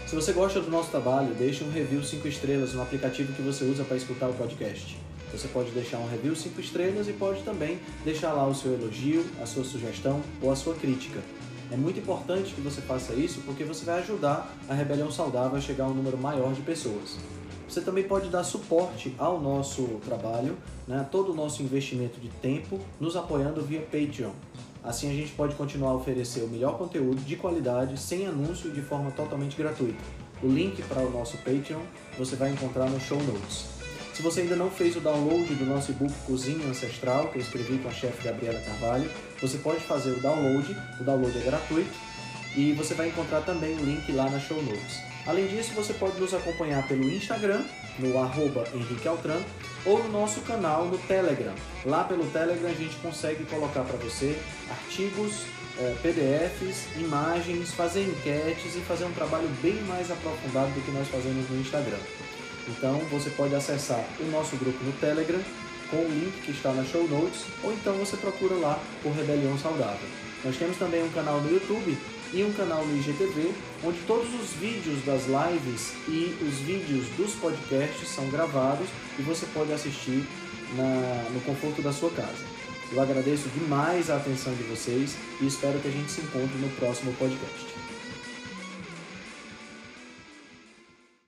Se você gosta do nosso trabalho, deixe um review cinco estrelas no aplicativo que você usa para escutar o podcast. Você pode deixar um review cinco estrelas e pode também deixar lá o seu elogio, a sua sugestão ou a sua crítica. É muito importante que você faça isso porque você vai ajudar a Rebelião Saudável a chegar a um número maior de pessoas. Você também pode dar suporte ao nosso trabalho, né, todo o nosso investimento de tempo, nos apoiando via Patreon. Assim a gente pode continuar a oferecer o melhor conteúdo de qualidade, sem anúncio e de forma totalmente gratuita. O link para o nosso Patreon você vai encontrar no show notes. Se você ainda não fez o download do nosso e-book Cozinha Ancestral, que eu escrevi com a chefe Gabriela Carvalho, você pode fazer o download, o download é gratuito, e você vai encontrar também o link lá na show notes. Além disso, você pode nos acompanhar pelo Instagram, no arroba Henrique Altran, ou no nosso canal no Telegram. Lá pelo Telegram a gente consegue colocar para você artigos, eh, P D Fs, imagens, fazer enquetes e fazer um trabalho bem mais aprofundado do que nós fazemos no Instagram. Então você pode acessar o nosso grupo no Telegram com o link que está na show notes, ou então você procura lá por Rebelião Saudável. Nós temos também um canal no YouTube e um canal no I G T V, onde todos os vídeos das lives e os vídeos dos podcasts são gravados e você pode assistir na, no conforto da sua casa. Eu agradeço demais a atenção de vocês e espero que a gente se encontre no próximo podcast.